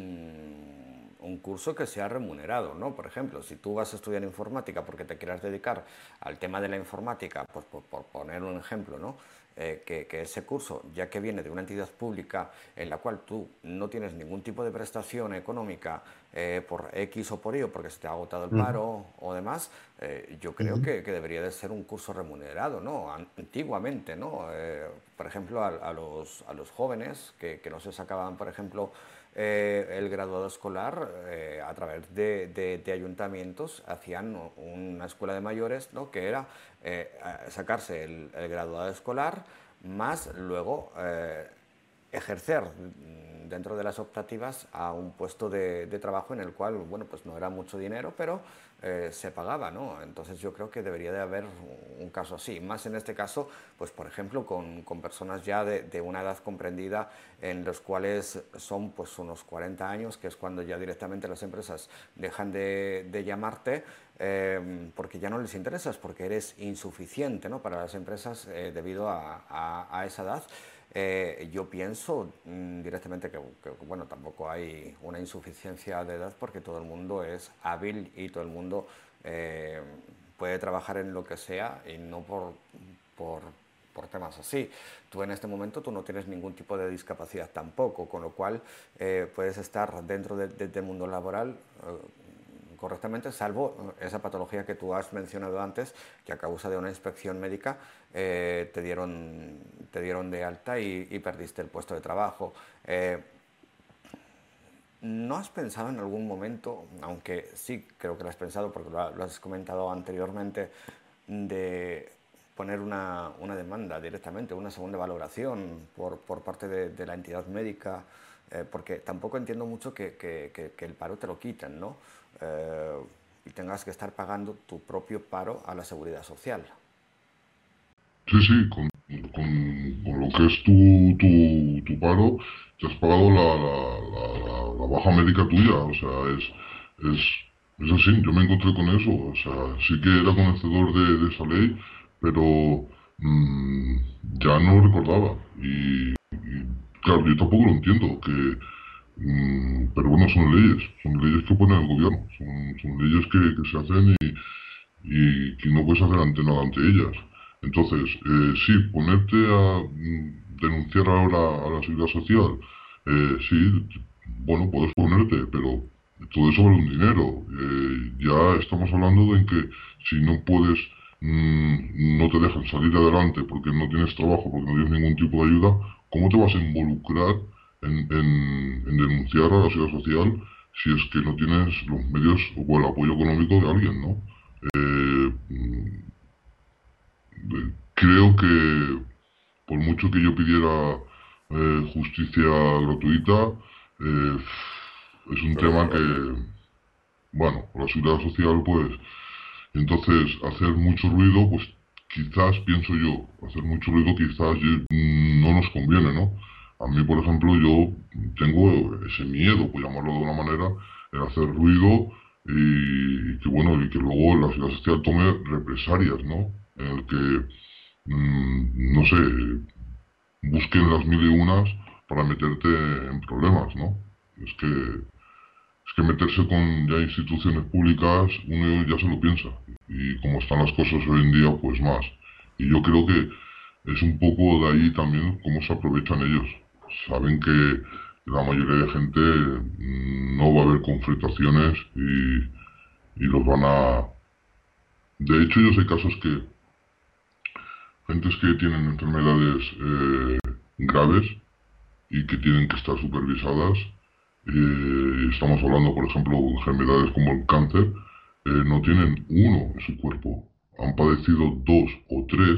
un, un curso que sea remunerado, ¿no? Por ejemplo, si tú vas a estudiar informática porque te quieras dedicar al tema de la informática, pues por, por poner un ejemplo, ¿no? Eh, que, que ese curso, ya que viene de una entidad pública en la cual tú no tienes ningún tipo de prestación económica eh, por X o por Y, porque se te ha agotado el Ujú, paro o demás, eh, yo creo ujú. que, que debería de ser un curso remunerado, ¿no? Antiguamente, ¿no? Eh, por ejemplo, a, a los, a los jóvenes que, que no se sacaban, por ejemplo, eh, el graduado escolar, eh, a través de, de- de ayuntamientos hacían una escuela de mayores, ¿no? Que era eh, sacarse el, el graduado escolar más luego eh, ejercer dentro de las optativas a un puesto de, de trabajo en el cual, bueno, pues no era mucho dinero, pero eh, se pagaba, ¿no? Entonces yo creo que debería de haber un caso así, más en este caso, pues por ejemplo, con, con personas ya de, de, una edad comprendida en los cuales son pues unos cuarenta años, que es cuando ya directamente las empresas dejan de, de llamarte, eh, porque ya no les interesas, porque eres insuficiente, ¿no? Para las empresas eh, debido a, a, a esa edad. Eh, yo pienso mm, directamente que, que, bueno, tampoco hay una insuficiencia de edad porque todo el mundo es hábil y todo el mundo eh, puede trabajar en lo que sea y no por, por, por temas así. Tú en este momento tú no tienes ningún tipo de discapacidad tampoco, con lo cual eh, puedes estar dentro de, de, del mundo laboral eh, correctamente, salvo esa patología que tú has mencionado antes, que a causa de una inspección médica eh, te, dieron, te dieron de alta y, y perdiste el puesto de trabajo. Eh, ¿No has pensado en algún momento, aunque sí creo que lo has pensado porque lo, lo has comentado anteriormente, de poner una, una demanda directamente, una segunda valoración por, por parte de, de la entidad médica? Eh, porque tampoco entiendo mucho que, que, que, que el paro te lo quiten, ¿no? Eh, y tengas que estar pagando tu propio paro a la seguridad social. Sí, sí, con, con- con lo que es tu, tu, tu paro, te has pagado la, la, la- la baja médica tuya. O sea, es, es, es así. Yo me encontré con eso. O sea, sí que era conocedor de, de esa ley, pero mm, ya no recordaba. Y, y, claro, yo tampoco lo entiendo. Que, mm, pero bueno, son leyes. Son leyes que pone el gobierno. Son, son leyes que, que se hacen y que no puedes hacer ante nada ante ellas. Entonces, eh, sí, ponerte a mm, denunciar ahora a la seguridad social, eh, sí, bueno, puedes ponerte, pero todo eso vale un dinero. Eh, ya estamos hablando de en que si no puedes, mm, no te dejan salir adelante porque no tienes trabajo, porque no tienes ningún tipo de ayuda, ¿cómo te vas a involucrar en, en- en denunciar a la seguridad social si es que no tienes los medios o el apoyo económico de alguien, ¿no? Eh, Creo que por mucho que yo pidiera eh, justicia gratuita, eh, es un Claro, tema claro. que, bueno, por la seguridad social, pues, entonces hacer mucho ruido, pues quizás, pienso yo, hacer mucho ruido quizás mm, no nos conviene, ¿no? A mí, por ejemplo, yo tengo ese miedo, por llamarlo de una manera, de hacer ruido y que, bueno, y que luego la seguridad social tome represalias, ¿no? En el que, mm, no sé, busquen las mil y unas para meterte en problemas, ¿no? Es que, es que meterse con ya instituciones públicas, uno ya se lo piensa. Y como están las cosas hoy en día, pues más. Y yo creo que es un poco de ahí también cómo se aprovechan ellos. Saben que la mayoría de gente mm, no va a haber confrontaciones y, y los van a... De hecho, yo sé casos que gentes que tienen enfermedades eh, graves y que tienen que estar supervisadas. Eh, estamos hablando, por ejemplo, de enfermedades como el cáncer, eh, no tienen uno en su cuerpo, han padecido dos o tres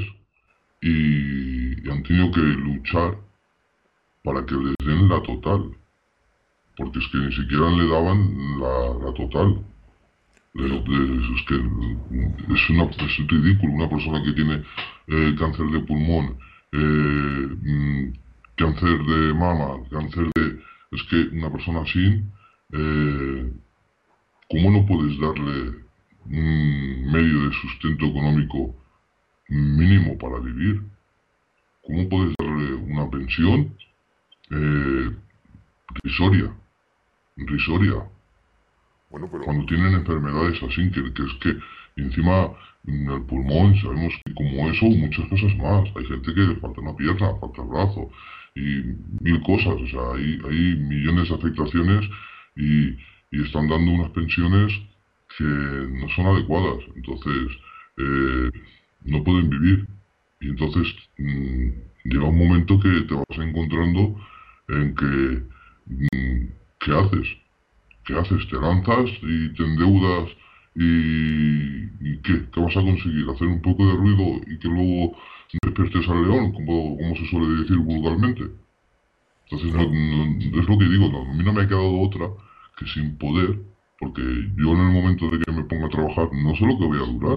y, y han tenido que luchar para que les den la total, porque es que ni siquiera le daban la, la total. Les- Pero, les- es que es, una, es ridículo una persona que tiene eh, cáncer de pulmón, eh, mm, cáncer de mama, cáncer de... Es que una persona así, eh, ¿cómo no puedes darle un medio de sustento económico mínimo para vivir? ¿Cómo puedes darle una pensión eh, risoria, risoria? bueno, pero Cuando tienen enfermedades así, que, que es que encima en el pulmón sabemos que como eso muchas cosas más. Hay gente que le falta una pierna, falta el brazo y mil cosas. O sea, hay, hay millones de afectaciones y, y están dando unas pensiones que no son adecuadas. Entonces, eh, no pueden vivir. Y entonces mm, llega un momento que te vas encontrando en que, mm, ¿qué haces? ¿Qué haces? ¿Te lanzas y te endeudas y, y qué? ¿Qué vas a conseguir? ¿Hacer un poco de ruido y que luego despiertes al león, como, como se suele decir vulgarmente? Entonces, no- claro, no- es lo que digo, no, a mí no me ha quedado otra que sin poder, porque yo en el momento de que me ponga a trabajar no sé lo que voy a durar.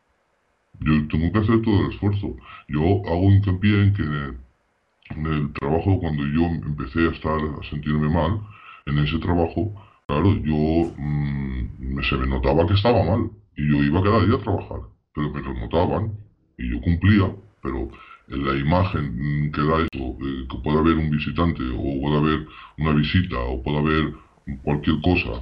Yo tengo que hacer todo el esfuerzo. Yo hago hincapié en que en el, en el trabajo, cuando yo empecé a estar, a sentirme mal, en ese trabajo, claro, yo mm, me- se me notaba que estaba mal y yo iba cada día a trabajar, pero me lo notaban y yo cumplía, pero en la imagen mm, que da eso, eh, que pueda haber un visitante o pueda haber una visita o pueda haber cualquier cosa,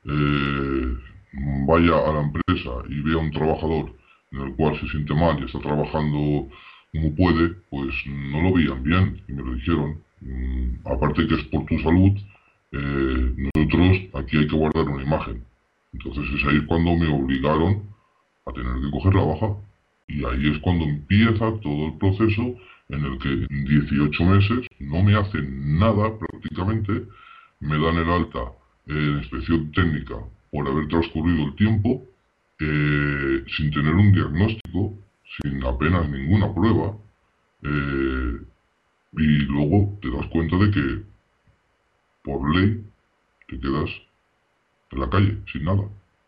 eh, vaya a la empresa y vea a un trabajador en el cual se siente mal y está trabajando como puede, pues no lo veían bien y me lo dijeron. Mm, aparte que es por tu salud, eh, nosotros aquí hay que guardar una imagen. Entonces es ahí cuando me obligaron a tener que coger la baja. Y ahí es cuando empieza todo el proceso en el que en dieciocho meses no me hacen nada prácticamente, me dan el alta en inspección técnica por haber transcurrido el tiempo eh, sin tener un diagnóstico, sin apenas ninguna prueba, eh, y luego te das cuenta de que por ley te quedas en la calle, sin nada,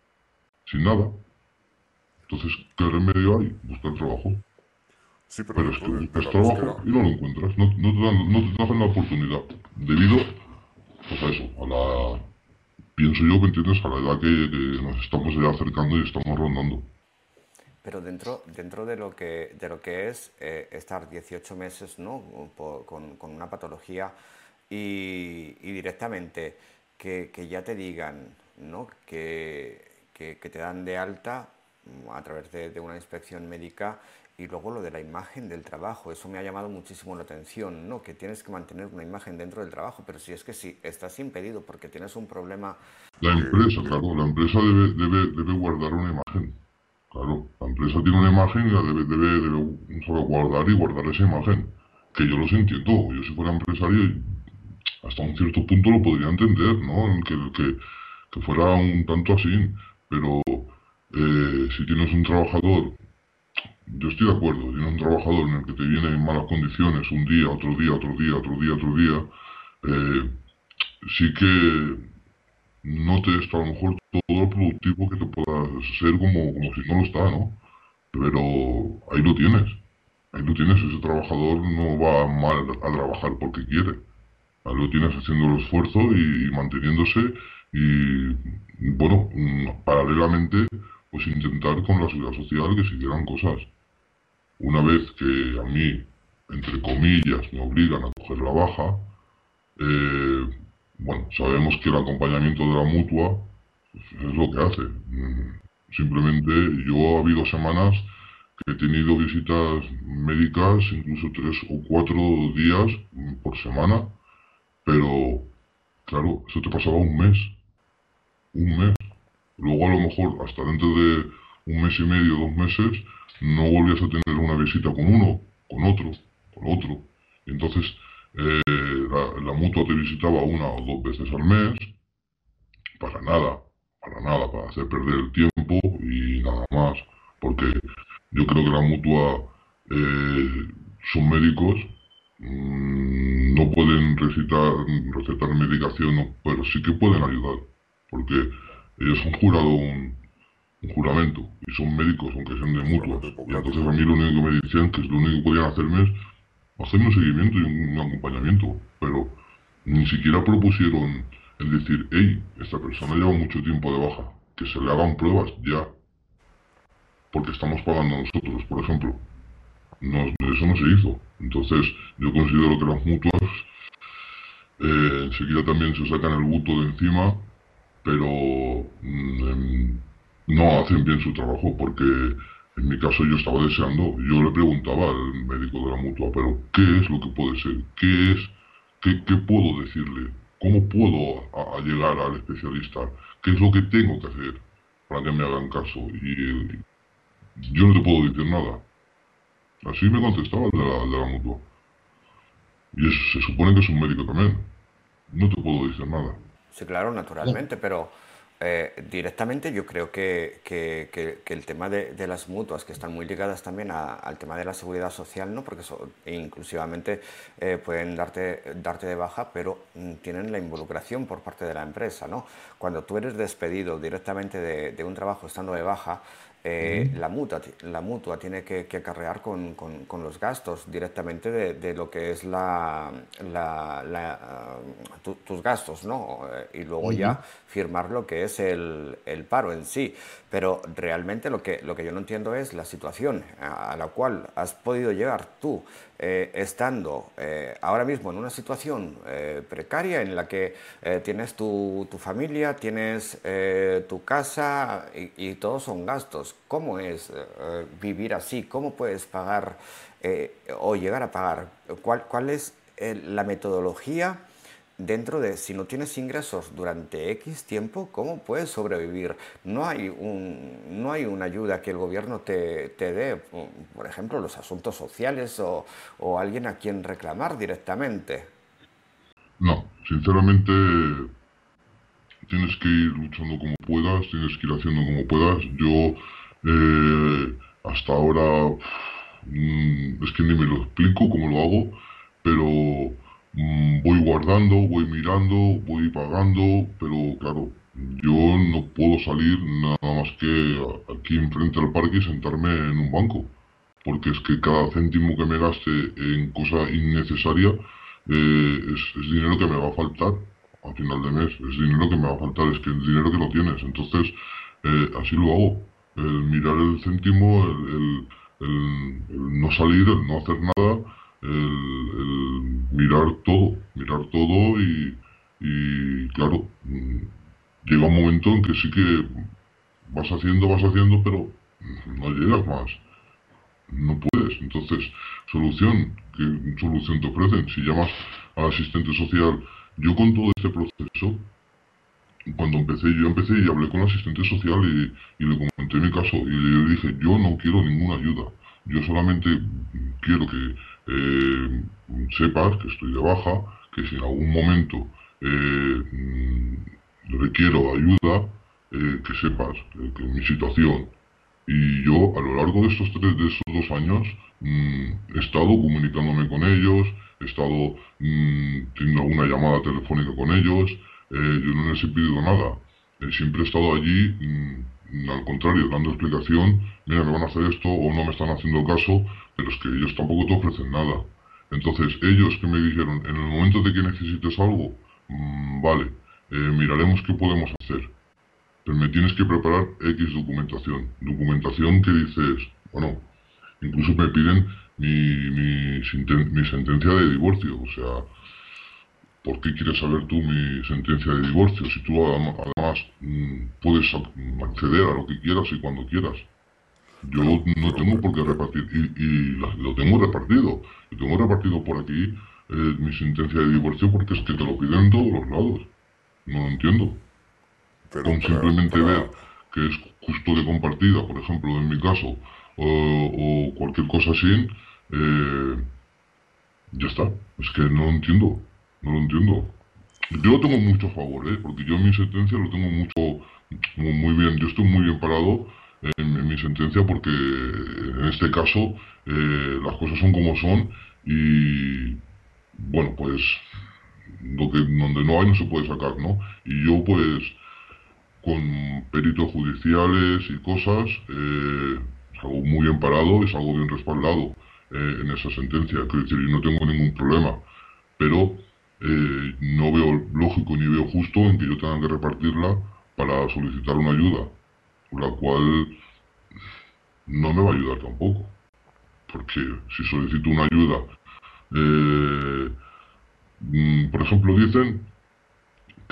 sin nada. Entonces, ¿qué remedio hay? Buscar trabajo. sí, pero Pero es dentro que de, de buscas la trabajo búsqueda, y no lo encuentras, no, no te dan, no te dan la oportunidad, debido pues a eso, a la, pienso yo que entiendes, a la edad que, que nos estamos ya acercando y estamos rondando. Pero dentro, dentro de lo que, de lo que es eh, estar dieciocho meses, ¿no? Por- con, con una patología y, y directamente que, que ya te digan, ¿no? que, que- que te dan de alta mm, a través de, de una inspección médica, y luego lo de la imagen del trabajo, eso me ha llamado muchísimo la atención, ¿no? Que tienes que mantener una imagen dentro del trabajo, pero si es que si estás impedido porque tienes un problema. La eh, empresa, de- claro, la empresa debe, debe, debe guardar una imagen. Claro, la empresa tiene una imagen y la debe, debe, debe salvaguardar y guardar esa imagen. Que yo los entiendo. Yo si fuera empresario, hasta un cierto punto lo podría entender, ¿no? En Que, que, que fuera un tanto así. Pero eh, si tienes un trabajador, yo estoy de acuerdo, tienes un trabajador en el que te viene en malas condiciones un día, otro día, otro día, otro día, otro día, eh, sí que no te es a lo mejor todo lo productivo que te puedas ser como, como si no lo está, ¿no? Pero ahí lo tienes, ahí lo tienes, ese trabajador no va mal a trabajar porque quiere. Ahí lo tienes haciendo el esfuerzo y, y manteniéndose y, bueno, mm, paralelamente, pues intentar con la seguridad social que se hicieran cosas. Una vez que a mí, entre comillas, me obligan a coger la baja, eh, bueno, sabemos que el acompañamiento de la mutua pues, es lo que hace. Mm, Simplemente yo ha habido semanas que he tenido visitas médicas, incluso tres o cuatro días mm, por semana, pero claro, eso te pasaba un mes, un mes. Luego a lo mejor hasta dentro de un mes y medio, dos meses, no volvías a tener una visita con uno, con otro, con otro. Y entonces eh, la, la mutua te visitaba una o dos veces al mes, para nada, para nada, para hacer perder el tiempo y nada más. Porque yo creo que la mutua eh, son médicos, mm, no pueden recitar, recetar medicación, no, pero sí que pueden ayudar. Porque ellos han jurado un, un juramento y son médicos, aunque sean de Un mutuas. juramento Y entonces hipocrático. a mí lo único que me decían que es lo único que podían hacerme es hacerme un seguimiento y un, un acompañamiento. Pero ni siquiera propusieron el decir, hey, esta persona lleva mucho tiempo de baja, que se le hagan pruebas ya, porque estamos pagando nosotros, por ejemplo. No, eso no se hizo. Entonces, yo considero que las mutuas eh, enseguida también se sacan el buto de encima, pero mm, em, no hacen bien su trabajo, porque en mi caso yo estaba deseando, yo le preguntaba al médico de la mutua, pero ¿qué es lo que puede ser? ¿Qué es? ¿Qué, qué puedo decirle? ¿Cómo puedo a- a llegar al especialista? ¿Qué es lo que tengo que hacer para que me hagan caso? Y eh, yo no te puedo decir nada. Así me contestaba el de la, el de la mutua. Y es- se supone que es un médico también. No te puedo decir nada. Sí, claro, naturalmente, pero eh, directamente yo creo que, que- que- que el tema de, de las mutuas, que están muy ligadas también a- al tema de la seguridad social, ¿no? Porque so- inclusivamente eh, pueden darte, darte de baja, pero mm, tienen la involucración por parte de la empresa, ¿no? Cuando tú eres despedido directamente de, de un trabajo estando de baja, eh, la mutua, ti- la mutua tiene que, que acarrear con, con- con los gastos directamente de, de lo que es la, la- la, ah, tu- tus gastos, ¿no? Eh, Y luego ya firmar lo que es el, el paro en sí. Pero realmente lo que, lo que yo no entiendo es la situación a, a la cual has podido llegar tú, eh, estando eh, ahora mismo en una situación eh, precaria en la que eh, tienes tu, tu familia, tienes eh, tu casa y, y todos son gastos. ¿Cómo es eh, vivir así? ¿Cómo puedes pagar eh, o llegar a pagar? ¿Cuál, cuál es eh, la metodología dentro de, si no tienes ingresos durante X tiempo, cómo puedes sobrevivir? No hay, un, no hay una ayuda que el gobierno te, te dé, por ejemplo, los asuntos sociales o, o alguien a quien reclamar directamente. No, sinceramente tienes que ir luchando como puedas, tienes que ir haciendo como puedas. Yo eh, hasta ahora mm, es que ni me lo explico cómo lo hago, pero mm, voy guardando, voy mirando, voy pagando, pero claro, yo no puedo salir nada más que a- aquí enfrente al parque y sentarme en un banco, porque es que cada céntimo que me gaste en cosa innecesaria eh, es, es dinero que me va a faltar al final de mes, es dinero que me va a faltar, es que el dinero que no tienes, entonces eh, así lo hago, el mirar el céntimo, el, el- el- el no salir, el no hacer nada, el, el mirar todo, mirar todo y, y claro, mm, llega un momento en que sí que vas haciendo, vas haciendo, pero no llegas más. No puedes. Entonces, solución, ¿qué solución te ofrecen? Si llamas al asistente social, yo con todo este proceso, cuando empecé, yo empecé y hablé con el asistente social y, y le comenté mi caso y le dije, yo no quiero ninguna ayuda. Yo solamente quiero que eh, sepas que estoy de baja, que si en algún momento eh, mm, requiero ayuda, eh, que sepas eh, que mi situación y yo, a lo largo de estos tres, de estos dos años, mm, he estado comunicándome con ellos, he estado mm, teniendo alguna llamada telefónica con ellos, eh, yo no les he pedido nada. Eh, siempre he estado allí, mm, al contrario, dando explicación, mira, me van a hacer esto o no me están haciendo caso, pero es que ellos tampoco te ofrecen nada. Entonces, ellos que me dijeron, en el momento de que necesites algo, mm, vale, eh, miraremos qué podemos hacer, pero me tienes que preparar X documentación. Documentación que dices, bueno, incluso me piden mi, mi, sinten- mi sentencia de divorcio, o sea, ¿por qué quieres saber tú mi sentencia de divorcio si tú adem- además mm, puedes ac- acceder a lo que quieras y cuando quieras? Yo Pero, no pero, tengo pe- por qué pe- repartir, y, y la- lo tengo repartido. Lo tengo repartido por aquí, eh, mi sentencia de divorcio, porque es que te lo piden en todos los lados. No lo entiendo. pero Con para, simplemente ver para, que es custodia compartida, por ejemplo, en mi caso, o, o cualquier cosa así, eh, ya está. Es que no lo entiendo. No lo entiendo. Yo lo tengo mucho a favor, ¿eh? Porque yo en mi sentencia lo tengo mucho, muy, muy bien. Yo estoy muy bien parado en, en mi sentencia porque en este caso eh, las cosas son como son y bueno, pues lo que donde no hay no se puede sacar, ¿no? Y yo pues con peritos judiciales y cosas eh, salgo muy bien parado y salgo bien respaldado eh, en esa sentencia. Quiero decir, yo no tengo ningún problema, pero eh, no veo lógico ni veo justo en que yo tenga que repartirla para solicitar una ayuda, la cual no me va a ayudar tampoco, porque si solicito una ayuda, eh, mm, por ejemplo, dicen que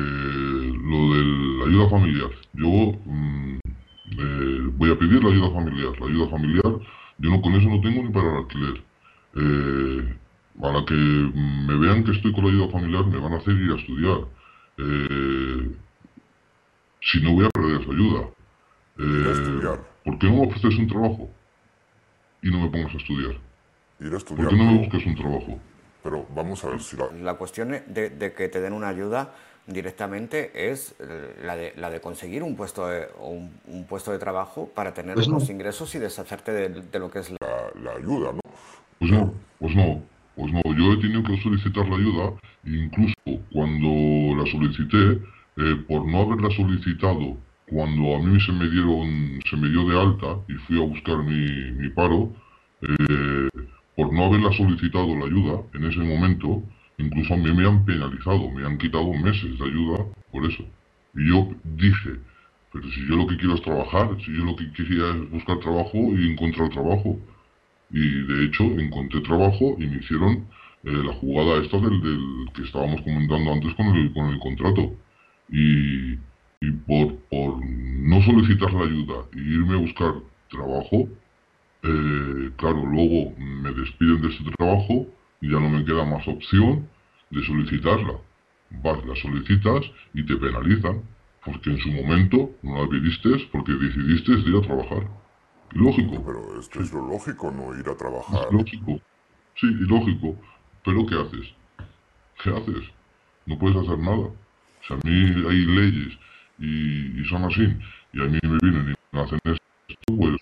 lo de la ayuda familiar, yo mm, eh, voy a pedir la ayuda familiar, la ayuda familiar, yo no con eso no tengo ni para el alquiler. Eh, a la que me vean que estoy con la ayuda familiar me van a hacer ir a estudiar. Eh, si no voy a perder esa ayuda. ir a Eh, estudiar, ¿por qué no me ofreces un trabajo y no me pongas a estudiar? ir a ¿Por estudiar, qué no me pero, buscas un trabajo? pero vamos a ver si la, La cuestión de, de que te den una ayuda directamente es eh, la de, la de conseguir un puesto de, un, un puesto de trabajo para tener Pues unos no. ingresos y deshacerte de, de lo que es la... la ayuda, ¿no? Pues Eh, no, pues no, pues no. Yo he tenido que solicitar la ayuda, e incluso cuando la solicité, eh, por no haberla solicitado cuando a mí se me dieron, se me dio de alta y fui a buscar mi, mi paro, eh, por no haberla solicitado la ayuda en ese momento, incluso a mí me han penalizado, me han quitado meses de ayuda por eso. Y yo dije, pero si yo lo que quiero es trabajar, si yo lo que quería es buscar trabajo y encontrar trabajo. Y de hecho encontré trabajo y me hicieron eh, la jugada esta del, del que estábamos comentando antes con el, con el contrato. Y, y por, por no solicitar la ayuda y irme a buscar trabajo, eh, claro, luego me despiden de ese trabajo y ya no me queda más opción de solicitarla. Vas, la solicitas y te penalizan, porque en su momento no la pediste porque decidiste ir a trabajar. sí, Lógico, pero es que sí, es lo lógico, ¿no? Ir a es trabajar. lógico, sí, y lógico, pero ¿qué haces? ¿Qué haces? No puedes hacer nada. Si a mí hay leyes y, y son así, y a mí me vienen y me hacen esto, pues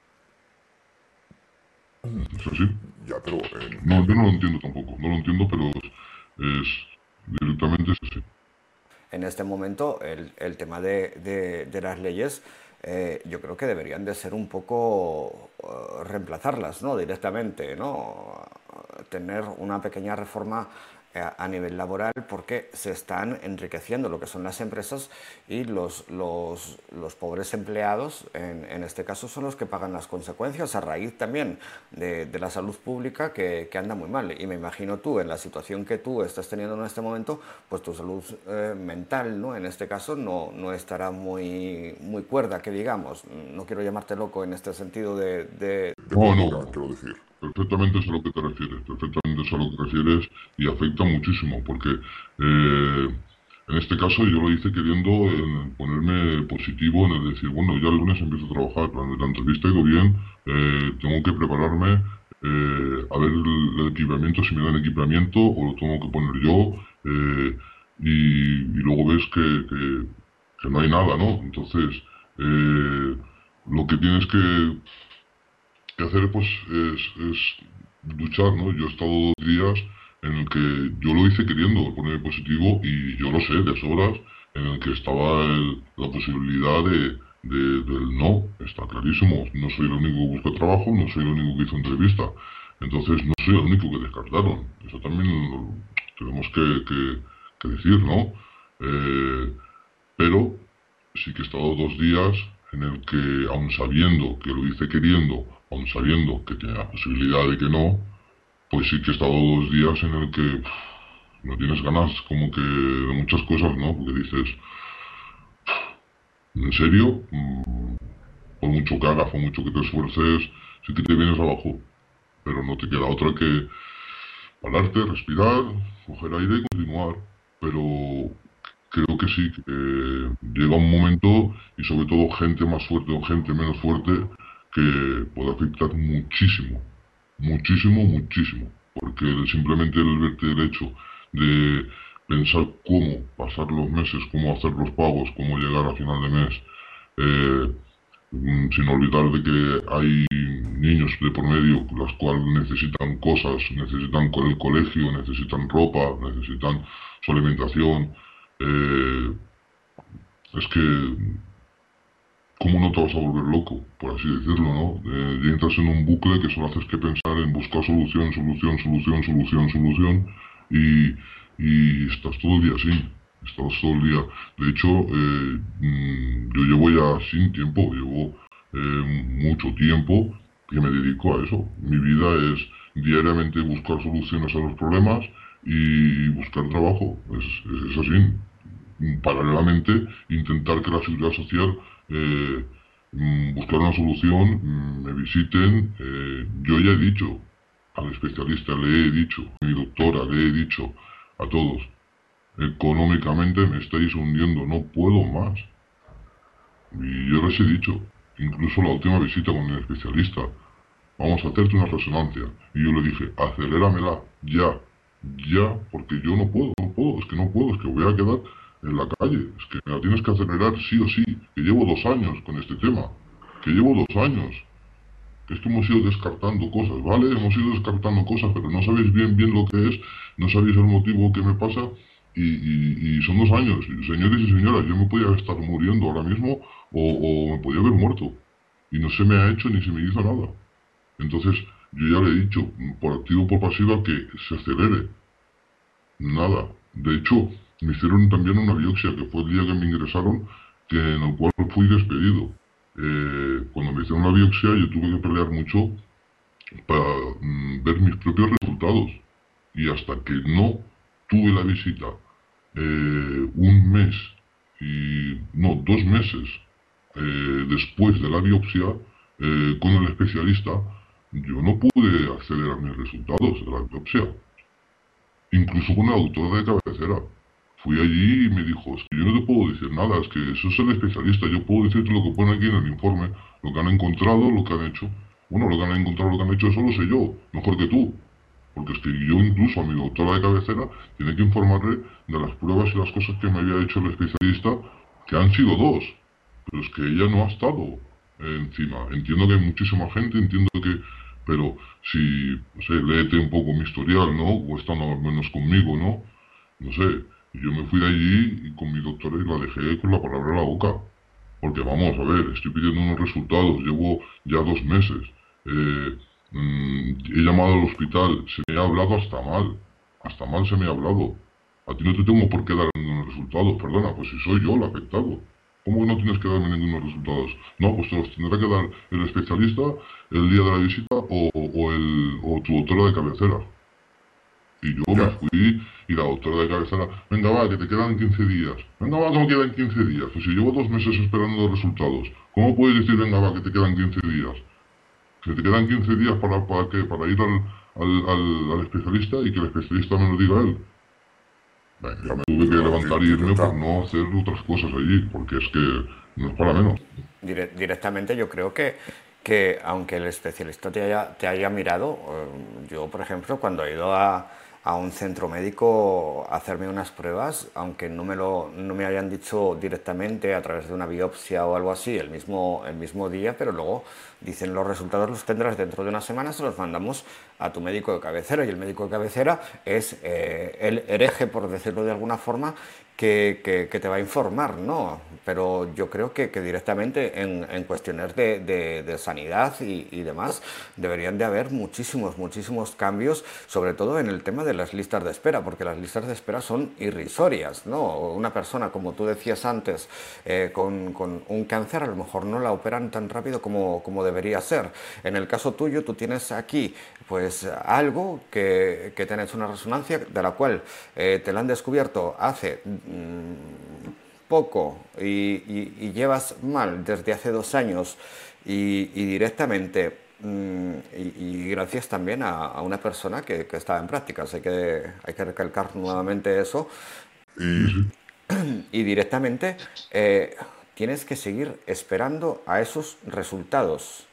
es así. Ya, pero en, No, yo en- no lo entiendo tampoco, no lo entiendo, pero es, es directamente es así. En este momento el, el tema de, de, de las leyes eh, yo creo que deberían de ser un poco uh, reemplazarlas, ¿no? Directamente, ¿no? Tener una pequeña reforma eh, a nivel laboral porque se están enriqueciendo lo que son las empresas y los, los, los pobres empleados, en, en este caso, son los que pagan las consecuencias a raíz también de, de la salud pública que, que anda muy mal. Y me imagino tú, en la situación que tú estás teniendo en este momento, pues tu salud eh, mental, ¿no? En este caso, no, no estará muy, muy cuerda, que digamos. No quiero llamarte loco en este sentido de, de... de No, cordura, no, quiero decir. perfectamente sé a lo que te refieres, perfectamente sé a lo que te refieres y afecta muchísimo, porque eh, en este caso yo lo hice queriendo eh, ponerme positivo en el decir, bueno, ya el lunes empiezo a trabajar, la, la entrevista ha ido bien, eh, tengo que prepararme eh, a ver el, el equipamiento, si me dan equipamiento o lo tengo que poner yo, eh, y, y luego ves que, que, que no hay nada, ¿no? Entonces, eh, lo que tienes que que hacer pues es, es luchar, ¿no? Yo he estado dos días en el que yo lo hice queriendo poner positivo y yo lo sé de sobras, en el que estaba el- la posibilidad de, de- del no, está clarísimo. No soy el único que busca trabajo, no soy el único que hizo entrevista. Entonces no soy el único que descartaron. Eso también lo tenemos que, que- que decir, ¿no? Eh, pero sí que he estado dos días en el que, aun sabiendo que lo hice queriendo, aun sabiendo que tenía la posibilidad de que no, pues sí que he estado dos días en el que pff, no tienes ganas como que de muchas cosas, ¿no? Porque dices, ¿en serio? Mm, por mucho que hagas, por mucho que te esfuerces, sí que te vienes abajo, pero no te queda otra que pararte, respirar, coger aire y continuar. Pero creo que sí, que eh, llega un momento, y sobre todo gente más fuerte o gente menos fuerte, que puede afectar muchísimo, muchísimo, muchísimo. Porque el- simplemente el verte el hecho de pensar cómo pasar los meses, cómo hacer los pagos, cómo llegar a final de mes, eh, mm, sin olvidar de que hay niños de por medio los cuales necesitan cosas, necesitan co- el colegio, necesitan ropa, necesitan su alimentación. eh, es que, ¿cómo no te vas a volver loco? Por así decirlo, ¿no? Eh, y entras en un bucle que solo haces que pensar en buscar solución, solución, solución, solución, solución, y, y estás todo el día así, estás todo el día. De hecho, eh, mm, yo llevo ya sin tiempo, llevo eh, mucho tiempo que me dedico a eso. Mi vida es diariamente buscar soluciones a los problemas y buscar trabajo. Es, es, es así. Paralelamente, intentar que la seguridad social eh, mm, buscar una solución, mm, me visiten. Eh, yo ya he dicho al especialista, le he dicho, a mi doctora, le he dicho a todos, económicamente me estáis hundiendo, no puedo más. Y yo les he dicho, incluso la última visita con el especialista, vamos a hacerte una resonancia. Y yo le dije, acelerámela, ya, ya, porque yo no puedo, no puedo, es que no puedo, es que voy a quedar en la calle, es que me la tienes que acelerar sí o sí, que llevo dos años con este tema, que llevo dos años, que es que hemos ido descartando cosas, ¿vale? Hemos ido descartando cosas, pero no sabéis bien bien lo que es, no sabéis el motivo que me pasa, y, y- y son dos años, y señores y señoras, yo me podía estar muriendo ahora mismo, o, o me podía haber muerto, y no se me ha hecho ni se me hizo nada. Entonces, yo ya le he dicho, por activo o por pasiva, que se acelere. Nada. De hecho, me hicieron también una biopsia, que fue el día que me ingresaron, que en el cual fui despedido. Eh, cuando me hicieron la biopsia, yo tuve que pelear mucho para mm, ver mis propios resultados. Y hasta que no tuve la visita eh, un mes, y no, dos meses eh, después de la biopsia eh, con el especialista, yo no pude acceder a mis resultados de la biopsia. Incluso con la doctora de cabecera. Fui allí y me dijo, es que yo no te puedo decir nada, es que eso es el especialista, yo puedo decirte lo que pone aquí en el informe, lo que han encontrado, lo que han hecho. Bueno, lo que han encontrado, lo que han hecho, eso lo sé yo, mejor que tú. Porque es que yo incluso a mi doctora de cabecera tiene que informarle de las pruebas y las cosas que me había hecho el especialista, que han sido dos, pero es que ella no ha estado eh, encima. Entiendo que hay muchísima gente, entiendo que, pero si, no sé, léete un poco mi historial, ¿no? O está más o menos conmigo, ¿no? No sé, yo me fui de allí y con mi doctora y la dejé con la palabra en la boca. Porque vamos a ver, estoy pidiendo unos resultados, llevo ya dos meses. Eh, mm, he llamado al hospital, se me ha hablado hasta mal. Hasta mal se me ha hablado. A ti no te tengo por qué dar ningún resultado, perdona, pues si soy yo el afectado. ¿Cómo que no tienes que darme ningunos resultados? No, pues te los tendrá que dar el especialista el día de la visita o, o el, o tu doctora de cabecera. Y yo me Ya, fui y la doctora de cabecera, venga va, que te quedan quince días. Venga va, que me quedan quince días. Pues si llevo dos meses esperando los resultados, ¿cómo puedes decir, venga va, que te quedan quince días? Que te quedan quince días para, para, ¿qué? Para ir al, al, al, al especialista y que el especialista me lo diga a él. Venga, ya, yo me tuve que pero levantar Di- e irme por directa, no hacer otras cosas allí, porque es que no es para menos. Dire- directamente yo creo que, que aunque el especialista te haya, te haya mirado, eh, yo por ejemplo cuando he ido a, a un centro médico a hacerme unas pruebas, aunque no me, lo, no me hayan dicho directamente a través de una biopsia o algo así el mismo, el mismo día, pero luego dicen los resultados los tendrás dentro de una semana, se los mandamos a tu médico de cabecera, y el médico de cabecera es eh, el hereje, por decirlo de alguna forma, que, que, que te va a informar, ¿no? Pero yo creo que, que directamente en, en cuestiones de, de, de sanidad y, y demás deberían de haber muchísimos, muchísimos cambios, sobre todo en el tema de las listas de espera, porque las listas de espera son irrisorias, ¿no? Una persona, como tú decías antes, eh, con, con un cáncer, a lo mejor no la operan tan rápido como, como debería ser. En el caso tuyo, tú tienes aquí pues algo que, que te han hecho una resonancia, de la cual eh, te la han descubierto hace mmm, poco y, y, y llevas mal desde hace dos años y, y directamente mmm, y, y gracias también a, a una persona que, que estaba en prácticas, hay que, hay que recalcar nuevamente eso, Y y directamente eh, tienes que seguir esperando a esos resultados.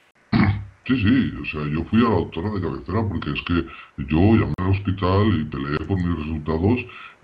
Sí, sí, o sea, yo fui a la doctora de cabecera porque es que yo llamé al hospital y peleé por mis resultados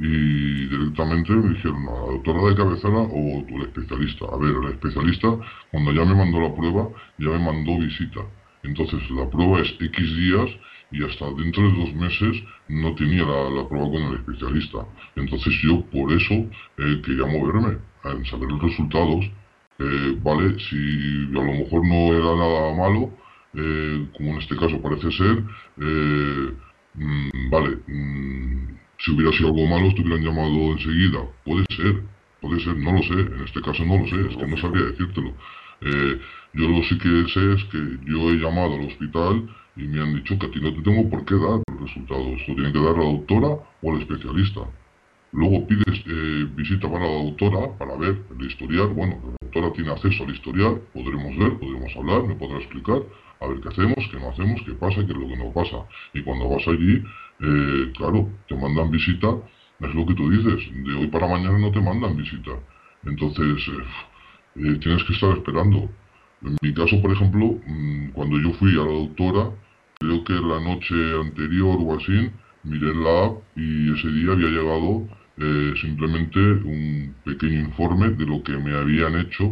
y directamente me dijeron a la doctora de cabecera o el especialista. A ver, el especialista, cuando ya me mandó la prueba, ya me mandó visita. Entonces, la prueba es X días y hasta dentro de dos meses no tenía la, la prueba con el especialista. Entonces, yo por eso eh, quería moverme, en saber los resultados. Eh, vale, si a lo mejor no era nada malo, eh, como en este caso parece ser, eh, mm, vale, mm, si hubiera sido algo malo, te hubieran llamado enseguida. Puede ser, puede ser, no lo sé, en este caso no lo sé, es que no sabría decírtelo. Eh, yo lo sí que sé es que yo he llamado al hospital y me han dicho que a ti no te tengo por qué dar los resultados, lo tiene que dar la doctora o el especialista. Luego pides eh, visita para la doctora para ver el historial. Bueno, la doctora tiene acceso al historial, podremos ver, podremos hablar, me podrá explicar, a ver qué hacemos, qué no hacemos, qué pasa, qué es lo que no pasa. Y cuando vas allí, eh, claro, te mandan visita, es lo que tú dices, de hoy para mañana no te mandan visita. Entonces, eh, eh, tienes que estar esperando. En mi caso, por ejemplo, mmm, cuando yo fui a la doctora, creo que la noche anterior o así, miré en la app y ese día había llegado eh, simplemente un pequeño informe de lo que me habían hecho.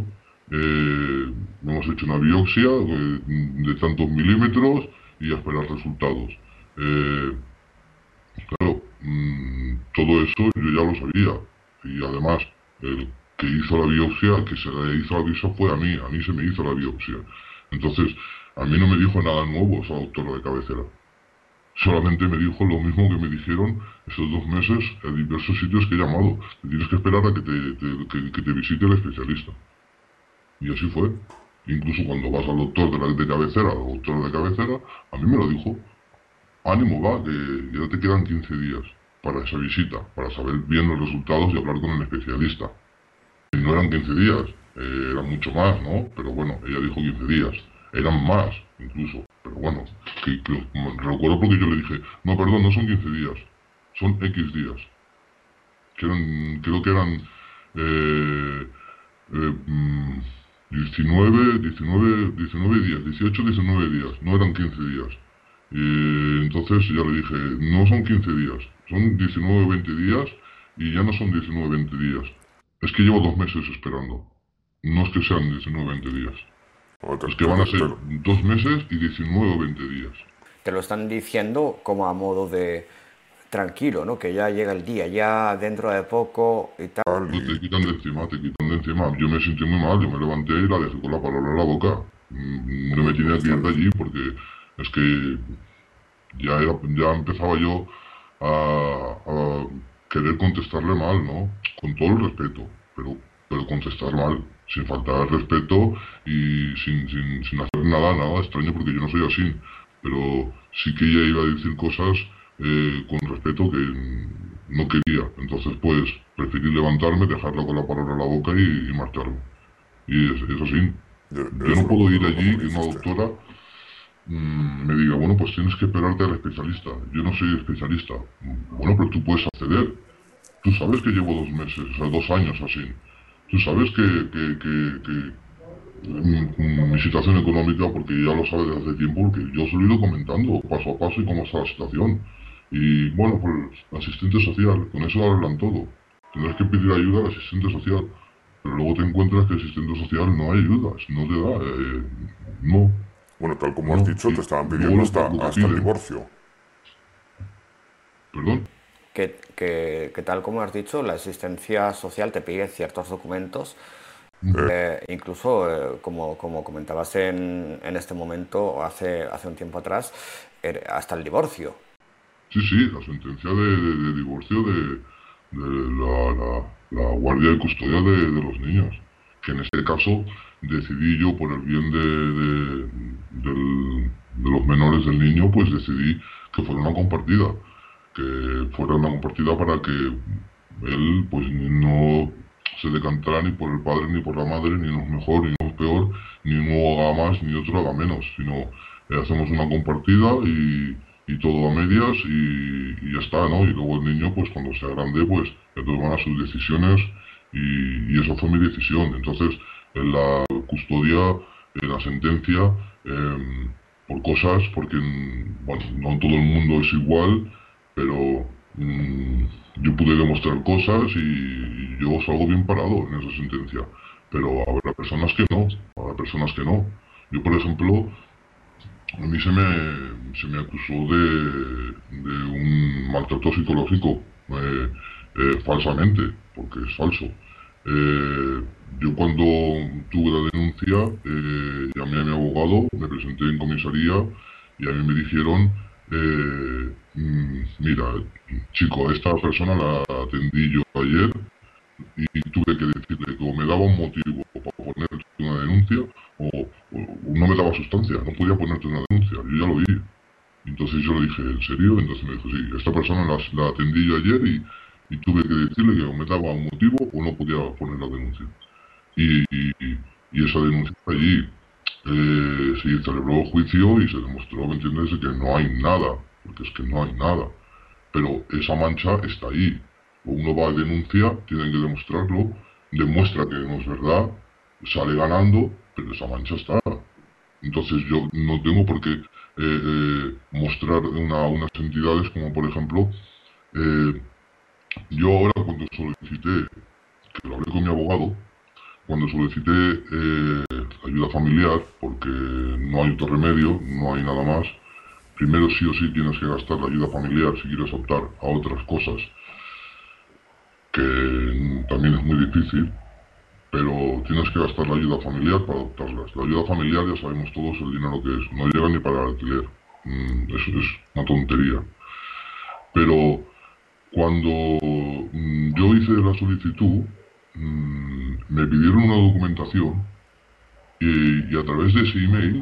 Eh, hemos hecho una biopsia de, de tantos milímetros y a esperar resultados. Eh, claro, mmm, todo eso yo ya lo sabía. Y además, el que hizo la biopsia, el que se le hizo la biopsia fue a mí, a mí se me hizo la biopsia. Entonces, a mí no me dijo nada nuevo esa doctora de cabecera. Solamente me dijo lo mismo que me dijeron esos dos meses en diversos sitios que he llamado. Te tienes que esperar a que te, te- que, que te visite el especialista. Y así fue. Incluso cuando vas al doctor de, la, de cabecera, al doctor de cabecera, a mí me lo dijo. Ánimo, va, que ya te quedan quince días para esa visita, para saber bien los resultados y hablar con el especialista. Y no eran quince días, eh, eran mucho más, ¿no? Pero bueno, ella dijo quince días. Eran más, incluso. Pero bueno, que, que- recuerdo porque yo le dije, no, perdón, no son quince días, son X días. Que eran, creo que eran eh, eh, mm, diecinueve, diecinueve, diecinueve días, dieciocho, diecinueve días, no eran quince días. Y entonces ya le dije, no son quince días, son diecinueve o veinte días y ya no son diecinueve o veinte días. Es que llevo dos meses esperando. No es que sean diecinueve o veinte días. bueno, te, Es que te- van a te- ser te- dos meses y diecinueve o veinte días. Te lo están diciendo como a modo de tranquilo, ¿no? Que ya llega el día, ya dentro de poco y tal. No te quitan de encima, te quitan de encima. Yo me sentí muy mal, yo me levanté y la dejé con la palabra en la boca. Mm, No me tenía que ir de allí porque es que ya, era, ya empezaba yo a, a querer contestarle mal, ¿no? Con todo el respeto, pero, pero contestar mal, sin faltar al respeto y sin, sin, sin hacer nada, nada extraño porque yo no soy así. Pero sí que ella iba a decir cosas eh, con respeto que no quería. Entonces, pues, preferí levantarme, dejarla con la palabra en la boca y, y marcharme. Y es, es así. y Yo eso no es lo, puedo ir lo allí mejor que y una hiciste. doctora mm, me diga, bueno, pues tienes que esperarte al especialista. Yo no soy especialista. Mm, Bueno, pero tú puedes acceder. Tú sabes que llevo dos meses, o sea, dos años así. Tú sabes que, que, que, que mm, mm, mi situación económica, porque ya lo sabes desde hace tiempo, porque yo os lo he ido comentando paso a paso y cómo está la situación. Y bueno, pues asistente social, con eso arreglan todo. Tendrás que pedir ayuda al asistente social. Pero luego te encuentras que el asistente social no hay ayudas, no te da, eh, no. Bueno, tal como ¿no? has dicho, Y te estaban luego pidiendo lo, hasta, que- lo que hasta el piden, divorcio. perdón, Que, que, que tal como has dicho, la asistencia social te pide ciertos documentos, ujú. eh, incluso eh, como, como comentabas en, en este momento, hace, hace un tiempo atrás, er- hasta el divorcio. Sí, sí, la sentencia de, de- de divorcio de, de la, la- la guardia y custodia de, de los niños, que en este caso decidí yo por el bien de, de- del- de los menores del niño, pues decidí que fuera una compartida, que fuera una compartida para que él pues no se decantara ni por el padre ni por la madre, ni uno es mejor ni uno es peor, ni uno haga más ni otro haga menos, sino eh, hacemos una compartida y y todo a medias y, y ya está, ¿no? Y luego el niño, pues cuando sea grande, pues ya tomará sus decisiones y, y esa fue mi decisión. Entonces, en la custodia, en la sentencia, em, por cosas, porque, mm, bueno, no todo el mundo es igual, pero mm, yo pude demostrar cosas y, y yo salgo bien parado en esa sentencia. Pero habrá personas que no, habrá personas que no. Yo, por ejemplo, a mí se me, se me acusó de, de un maltrato psicológico, eh, eh, falsamente, porque es falso. Eh, yo cuando tuve la denuncia, eh, llamé a mi abogado, me presenté en comisaría y a mí me dijeron, eh, mm, mira, chico, a esta persona la atendí yo ayer y tuve que decirle que o me daba un motivo para ponerte una denuncia o, o no me daba sustancia, no podía ponerte una denuncia, yo ya lo vi. Entonces yo le dije, ¿en serio? Entonces me dijo, sí, esta persona la, la atendí yo ayer y, y tuve que decirle que o me daba un motivo o no podía poner la denuncia. Y, y, y esa denuncia está allí. Eh, se celebró el juicio y se demostró, ¿me entiendes?, que no hay nada, porque es que no hay nada. Pero esa mancha está ahí. Uno va a denuncia, tienen que demostrarlo, demuestra que no es verdad, sale ganando, pero esa mancha está. Entonces yo no tengo por qué eh, eh, mostrar una, unas entidades como por ejemplo, eh, yo ahora cuando solicité, que lo hablé con mi abogado, cuando solicité eh, ayuda familiar, porque no hay otro remedio, no hay nada más, primero sí o sí tienes que gastar la ayuda familiar si quieres optar a otras cosas, que también es muy difícil, pero tienes que gastar la ayuda familiar para adoptarlas. La ayuda familiar ya sabemos todos el dinero que es, no llega ni para el alquiler. Mm, eso es una tontería. Pero cuando mm, yo hice la solicitud, mm, me pidieron una documentación y, y a través de ese email,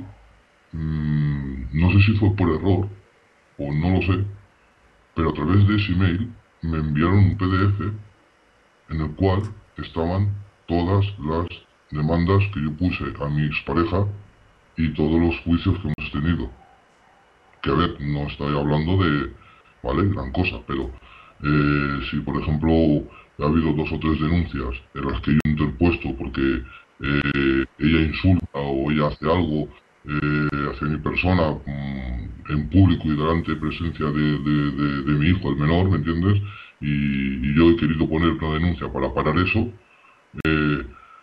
mm, no sé si fue por error o no lo sé, pero a través de ese email me enviaron un P D F en el cual estaban todas las demandas que yo puse a mi expareja y todos los juicios que hemos tenido. Que a ver, no estoy hablando de, vale, gran cosa, pero eh, si por ejemplo ha habido dos o tres denuncias en las que yo he interpuesto porque eh, ella insulta o ella hace algo eh, hacia mi persona mm, en público y delante presencia de, de, de, de mi hijo, el menor, ¿me entiendes? Y, y yo he querido poner una denuncia para parar eso, eh,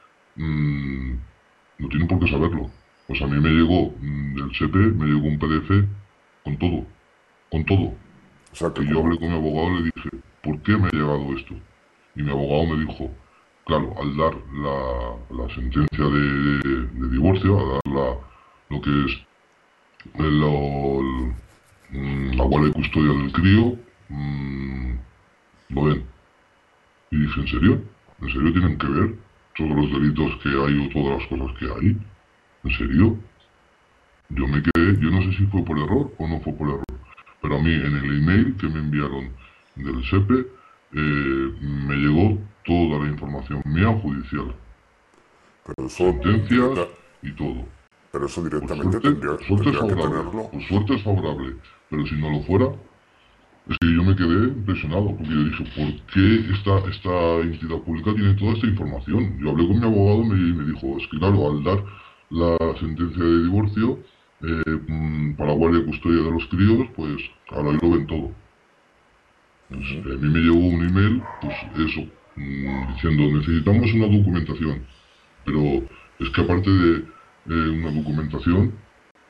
mm, no tienen por qué saberlo. Pues a mí me llegó mm, del S E P E, me llegó un P D F con todo, con todo. O sea que Que yo como, hablé con mi abogado y le dije, ¿por qué me ha llegado esto? Y mi abogado me dijo, claro, al dar la, la sentencia de, de- de divorcio, a dar la, lo que es el- lo- el- mm, la guardia y custodia del crío, mm, lo ven. Y dije, ¿en serio? ¿En serio tienen que ver todos los delitos que hay o todas las cosas que hay? ¿En serio? Yo me quedé, yo no sé si fue por error o no fue por error, pero a mí en el email que me enviaron del S E P E eh, me llegó toda la información mía judicial, pero eso sentencias directa, y todo. pero eso Por directamente suerte, tendría, por suerte es tendría que favorable, tenerlo. por suerte es favorable, pero si no lo fuera, es que yo me quedé impresionado, porque yo dije, ¿por qué esta, esta entidad pública tiene toda esta información? Yo hablé con mi abogado y me, me dijo, es que claro, al dar la sentencia de divorcio, eh, mm, para guardia y custodia de los críos, pues ahora ahí lo ven todo. Pues, Ujú. a mí me llegó un email, pues eso, mm, diciendo, necesitamos una documentación, pero es que aparte de eh, una documentación,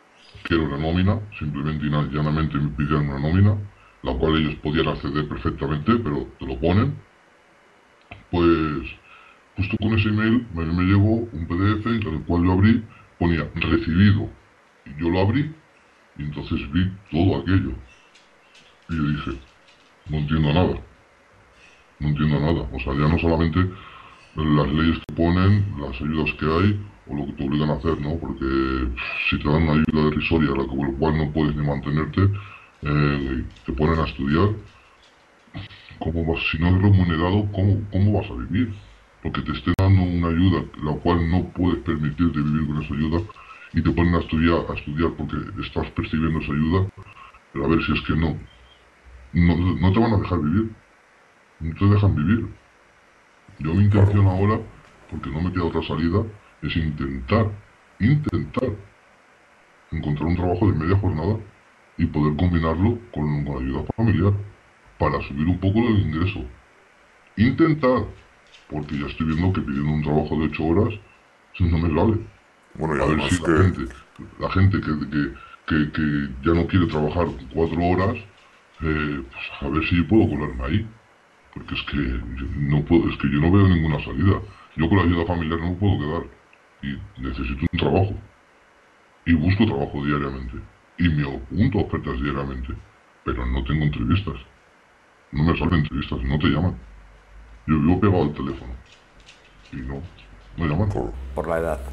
que era una nómina, simplemente y llanamente me pidieron una nómina, la cual ellos podían acceder perfectamente, pero te lo ponen. Pues justo con ese email me, me llegó un P D F en el cual yo abrí, ponía recibido, y yo lo abrí y entonces vi todo aquello. Y yo dije, no entiendo nada, no entiendo nada. O sea, ya no solamente las leyes que ponen, las ayudas que hay o lo que te obligan a hacer, ¿no? Porque pff, si te dan una ayuda derisoria, la con la cual no puedes ni mantenerte, eh, te ponen a estudiar, ¿cómo vas? Si no es remunerado, ¿cómo, cómo vas a vivir? Porque te estén dando una ayuda la cual no puedes permitirte vivir con esa ayuda y te ponen a estudiar, a estudiar porque estás percibiendo esa ayuda, pero a ver si es que no, no, no te van a dejar vivir, no te dejan vivir. Yo mi Claro. intención ahora, porque no me queda otra salida, es intentar, intentar encontrar un trabajo de media jornada y poder combinarlo con, con ayuda familiar para subir un poco el ingreso. Intentar, porque ya estoy viendo que pidiendo un trabajo de ocho horas no me vale. Bueno, y A ver si además la que, gente, la gente que, que, que, que ya no quiere trabajar cuatro horas, eh, pues a ver si yo puedo colarme ahí. Porque es que yo no puedo, es que yo no veo ninguna salida. Yo con la ayuda familiar no me puedo quedar. Y necesito un trabajo. Y busco trabajo diariamente. Y me apunto a ofertas diariamente. Pero no tengo entrevistas. No me salen entrevistas, no te llaman. Yo vivo pegado al teléfono. Y no, no llaman. claro, Por la edad.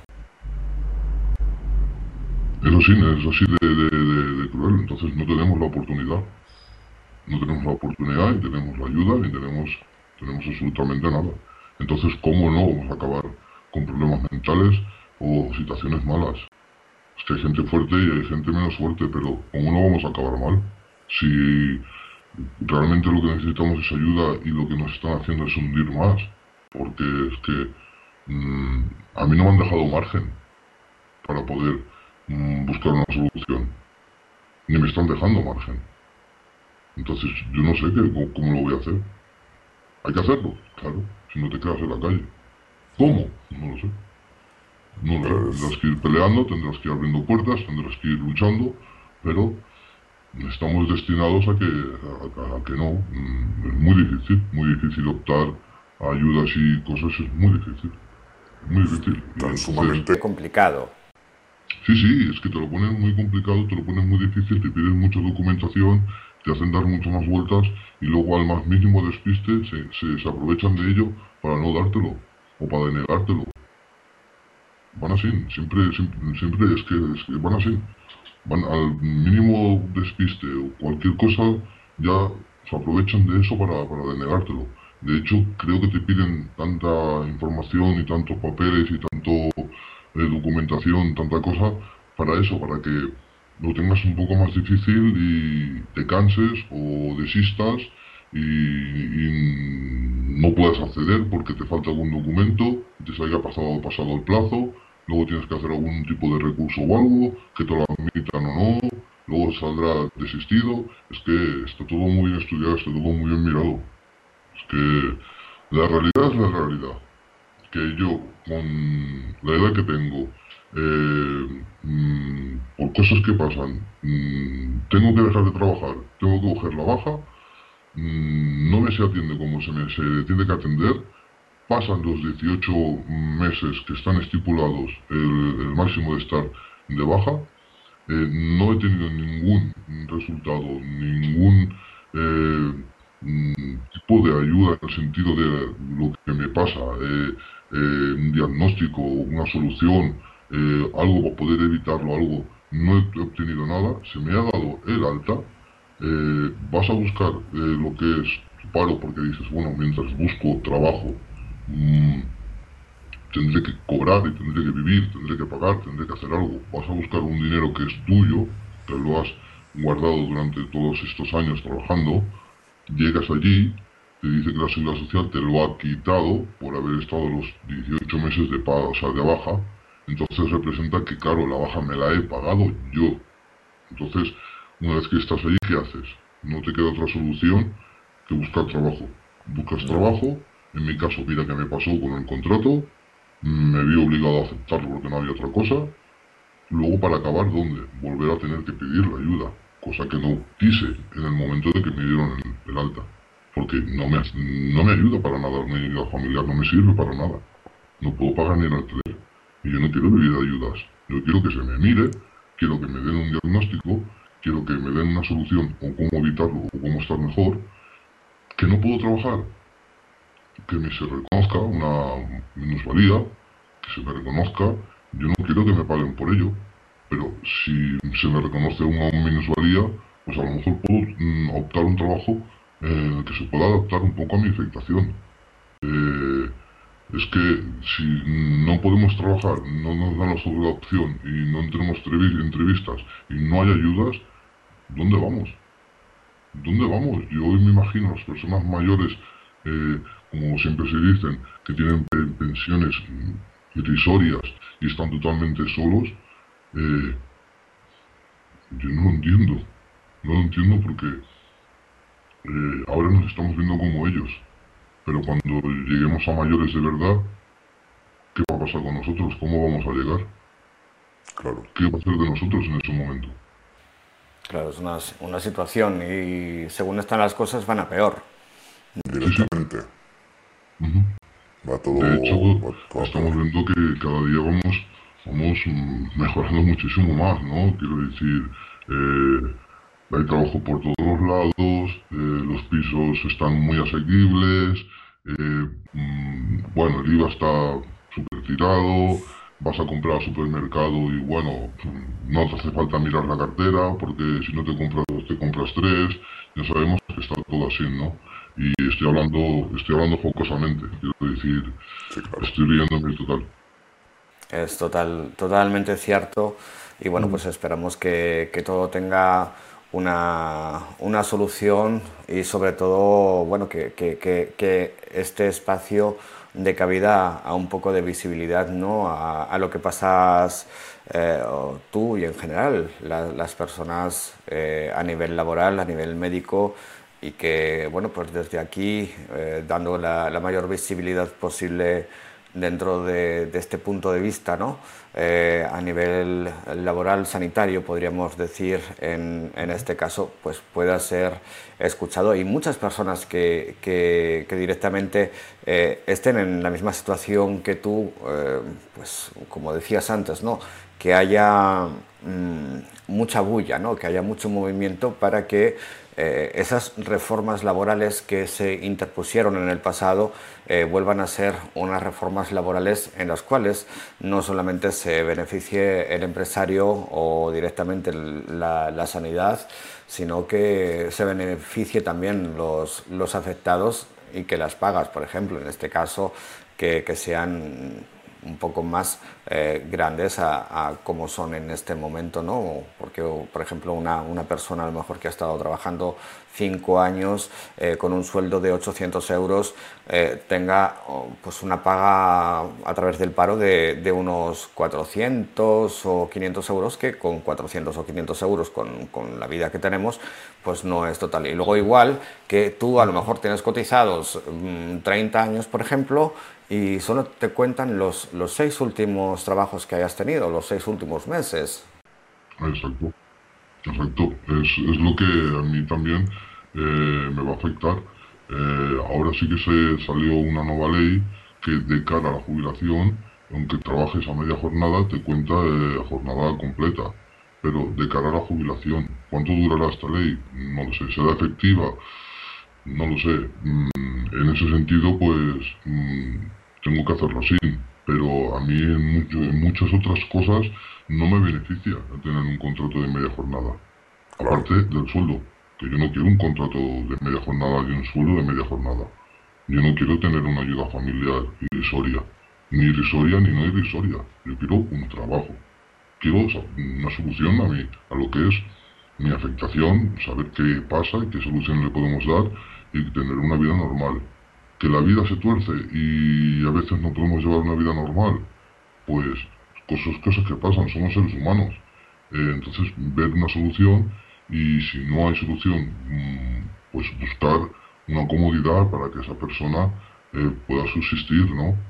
Eso sí, es así de, de, de, de cruel. Entonces no tenemos la oportunidad. No tenemos la oportunidad y tenemos la ayuda y tenemos, tenemos absolutamente nada. Entonces, ¿cómo no vamos a acabar con problemas mentales o situaciones malas? Es que hay gente fuerte y hay gente menos fuerte, pero ¿cómo no vamos a acabar mal? Si realmente lo que necesitamos es ayuda y lo que nos están haciendo es hundir más, porque es que mmm, a mí no me han dejado margen para poder mmm, buscar una solución, ni me están dejando margen. Entonces, yo no sé qué, cómo, cómo lo voy a hacer. Hay que hacerlo, claro, si no te quedas en la calle. ¿Cómo? No lo sé. No lo sé. Tendrás pues que ir peleando, tendrás que ir abriendo puertas, tendrás que ir luchando, pero estamos destinados a que, a, a que no. Mm, Es muy difícil, muy difícil optar a ayudas y cosas, es muy difícil, muy difícil. Y tan entonces, sumamente, Complicado. sí, sí, es que te lo ponen muy complicado, te lo ponen muy difícil, te piden mucha documentación, te hacen dar muchas más vueltas y luego al más mínimo despiste se, se, se aprovechan de ello para no dártelo o para denegártelo. Van así, siempre, siempre, siempre es que, es que van así. Van al mínimo despiste o cualquier cosa, ya se aprovechan de eso para, para denegártelo. De hecho, creo que te piden tanta información y tantos papeles y tanto eh, documentación, tanta cosa, para eso, para que lo tengas un poco más difícil y te canses o desistas y, y no puedas acceder porque te falta algún documento, te se haya pasado, pasado el plazo, luego tienes que hacer algún tipo de recurso o algo, que te lo admitan o no, luego saldrá desistido. Es que está todo muy bien estudiado, está todo muy bien mirado. Es que la realidad es la realidad. Que yo, con la edad que tengo, eh, mm, por cosas que pasan, mm, tengo que dejar de trabajar, tengo que coger la baja, mm, no me se atiende como se me se tiene que atender, pasan los dieciocho meses que están estipulados el, el máximo de estar de baja, eh, no he tenido ningún resultado, ningún eh, mm, tipo de ayuda en el sentido de lo que me pasa, eh, eh, un diagnóstico, una solución, eh, algo para poder evitarlo, algo. No he obtenido nada, se me ha dado el alta. Eh, vas a buscar eh, lo que es tu paro porque dices, bueno, mientras busco trabajo, mm, tendré que cobrar y tendré que vivir, tendré que pagar, tendré que hacer algo. Vas a buscar un dinero que es tuyo, que lo has guardado durante todos estos años trabajando, llegas allí, te dice que la seguridad social te lo ha quitado por haber estado los dieciocho meses de paga, o sea, de baja. Entonces representa que, claro, la baja me la he pagado yo. Entonces, una vez que estás allí, ¿qué haces? No te queda otra solución que buscar trabajo. Buscas ya, trabajo, en mi caso, mira qué me pasó con el contrato, me vi obligado a aceptarlo porque no había otra cosa. luego para acabar, ¿dónde? Volver a tener que pedir la ayuda, cosa que no quise en el momento de que me dieron el, el alta, porque no me, no me ayuda para nada, mi ayuda familiar no me sirve para nada, no puedo pagar ni el alquiler, y yo no quiero vivir de ayudas, yo quiero que se me mire, quiero que me den un diagnóstico, quiero que me den una solución o cómo evitarlo o cómo estar mejor, que no puedo trabajar, que me se reconozca una minusvalía, que se me reconozca, yo no quiero que me paguen por ello, pero si se me reconoce una minusvalía, pues a lo mejor puedo mm, optar un trabajo en el que se pueda adaptar un poco a mi afectación. Eh, es que si no podemos trabajar, no nos dan la sobre la opción y no tenemos entrevistas y no hay ayudas, ¿dónde vamos? ¿Dónde vamos? Yo hoy me imagino a las personas mayores, eh, como siempre se dicen, que tienen pe- pensiones mm, irrisorias y están totalmente solos. eh, yo no lo entiendo. No lo entiendo porque eh, ahora nos estamos viendo como ellos. Pero cuando lleguemos a mayores de verdad, ¿qué va a pasar con nosotros? ¿Cómo vamos a llegar? Claro, ¿Qué va a ser de nosotros en ese momento? Claro, es una, una situación y según están las cosas van a peor. Sí, sí. directamente. Ujú. Va todo, De hecho, va todo a estamos peor. viendo que cada día vamos, vamos mm, mejorando muchísimo más, ¿no? Quiero decir, eh, hay trabajo por todos los lados, eh, los pisos están muy asequibles, eh, mm, bueno, el IVA está súper tirado, vas a comprar al supermercado y bueno, mm, no te hace falta mirar la cartera porque si no te compras dos, te compras tres, ya sabemos que está todo así, ¿no? Y estoy hablando, estoy hablando jocosamente, quiero decir, Sí, claro. estoy riéndome total. Es total, totalmente cierto y bueno, pues esperamos que, que todo tenga una, una solución y sobre todo, bueno, que, que, que, que este espacio dé cabida a un poco de visibilidad, ¿no? A, a lo que pasas eh, tú y en general la- las personas eh, a nivel laboral, a nivel médico y que, bueno, pues desde aquí, eh, dando la, la mayor visibilidad posible dentro de, de este punto de vista, ¿no? Eh, a nivel laboral, sanitario, podríamos decir, en, en este caso, pues pueda ser escuchado y muchas personas que, que, que directamente eh, estén en la misma situación que tú, eh, pues como decías antes, ¿no? Que haya mmm, mucha bulla, ¿no? Que haya mucho movimiento para que eh, esas reformas laborales que se interpusieron en el pasado eh, vuelvan a ser unas reformas laborales en las cuales no solamente se beneficie el empresario o directamente la, la sanidad, sino que se beneficie también los, los afectados y que las pagas, por ejemplo, en este caso, que, que sean un poco más eh, grandes a, a como son en este momento, ¿no? Porque, por ejemplo, una, una persona a lo mejor que ha estado trabajando cinco años eh, con un sueldo de ochocientos euros eh, tenga oh, pues una paga a través del paro de, de unos cuatrocientos o quinientos euros que con cuatrocientos o quinientos euros con, con la vida que tenemos pues no es total. Y luego igual que tú a lo mejor tienes cotizados mmm, treinta años, por ejemplo, y solo te cuentan los, los seis últimos trabajos que hayas tenido, los seis últimos meses. Exacto. Exacto, es, es lo que a mí también eh, me va a afectar. Eh, ahora sí que se salió una nueva ley que de cara a la jubilación, aunque trabajes a media jornada, te cuenta eh, jornada completa. Pero de cara a la jubilación, ¿cuánto durará esta ley? No lo sé, ¿será efectiva? No lo sé. Mm, en ese sentido, pues mm, tengo que hacerlo así. Pero a mí en, mucho- en muchas otras cosas no me beneficia el tener un contrato de media jornada. Claro, Aparte del sueldo, que yo no quiero un contrato de media jornada y un sueldo de media jornada. Yo no quiero tener una ayuda familiar irrisoria. Ni irrisoria ni no irrisoria. Yo quiero un trabajo. Quiero sa- una solución a mi, a lo que es mi afectación, saber qué pasa y qué solución le podemos dar y tener una vida normal. Que la vida se tuerce y a veces no podemos llevar una vida normal, pues cosas, cosas que pasan, somos seres humanos. Eh, entonces, ver una solución y si no hay solución, mm, pues buscar una comodidad para que esa persona eh, pueda subsistir, ¿no?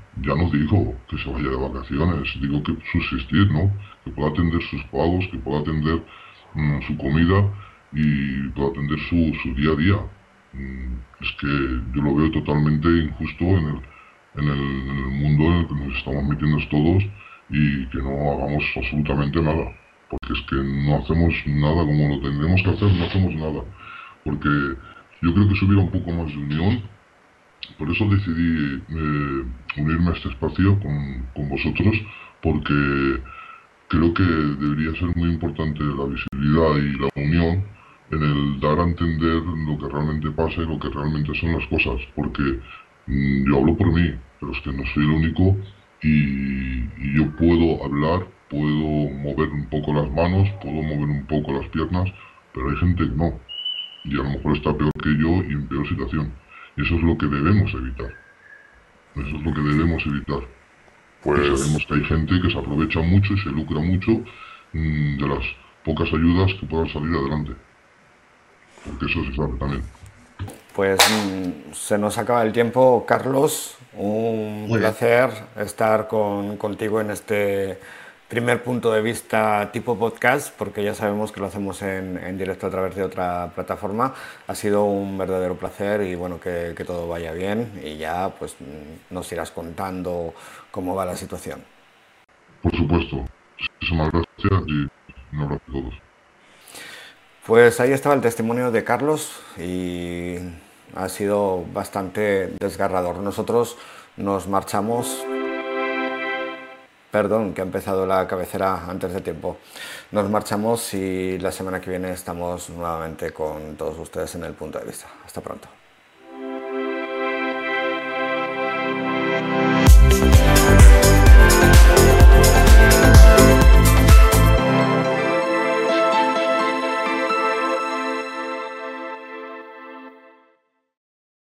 ya no digo que se vaya de vacaciones, digo que subsistir, ¿no? Que pueda atender sus pagos, que pueda atender mm, su comida y pueda atender su, su día a día. Mm, es que yo lo veo totalmente injusto en el, en el, en el mundo en el que nos estamos metiendo todos y que no hagamos absolutamente nada. Porque es que no hacemos nada como lo tendremos que hacer, no hacemos nada. Porque yo creo que si hubiera un poco más de unión, por eso decidí eh, unirme a este espacio con, con vosotros, porque creo que debería ser muy importante la visibilidad y la unión en el dar a entender lo que realmente pasa y lo que realmente son las cosas, porque mm, yo hablo por mí, pero es que no soy el único y, y yo puedo hablar, puedo mover un poco las manos, puedo mover un poco las piernas, pero hay gente que no, y a lo mejor está peor que yo y en peor situación. Y eso es lo que debemos evitar. Eso es lo que debemos evitar. Que Pues sabemos que hay gente que se aprovecha mucho y se lucra mucho mm, de las pocas ayudas que puedan salir adelante. Porque eso se sabe también. Pues mm, se nos acaba el tiempo, Carlos. Un Muy bien. placer estar con, contigo en este primer punto de vista tipo podcast, porque ya sabemos que lo hacemos en, en directo a través de otra plataforma. Ha sido un verdadero placer y bueno, que, que todo vaya bien y ya pues mm, nos irás contando cómo va la situación. Por supuesto. Muchísimas gracias y un abrazo a todos. Pues ahí estaba el testimonio de Carlos y ha sido bastante desgarrador. Nosotros nos marchamos, perdón, que ha empezado la cabecera antes de tiempo. Nos marchamos y la semana que viene estamos nuevamente con todos ustedes en el punto de vista. Hasta pronto.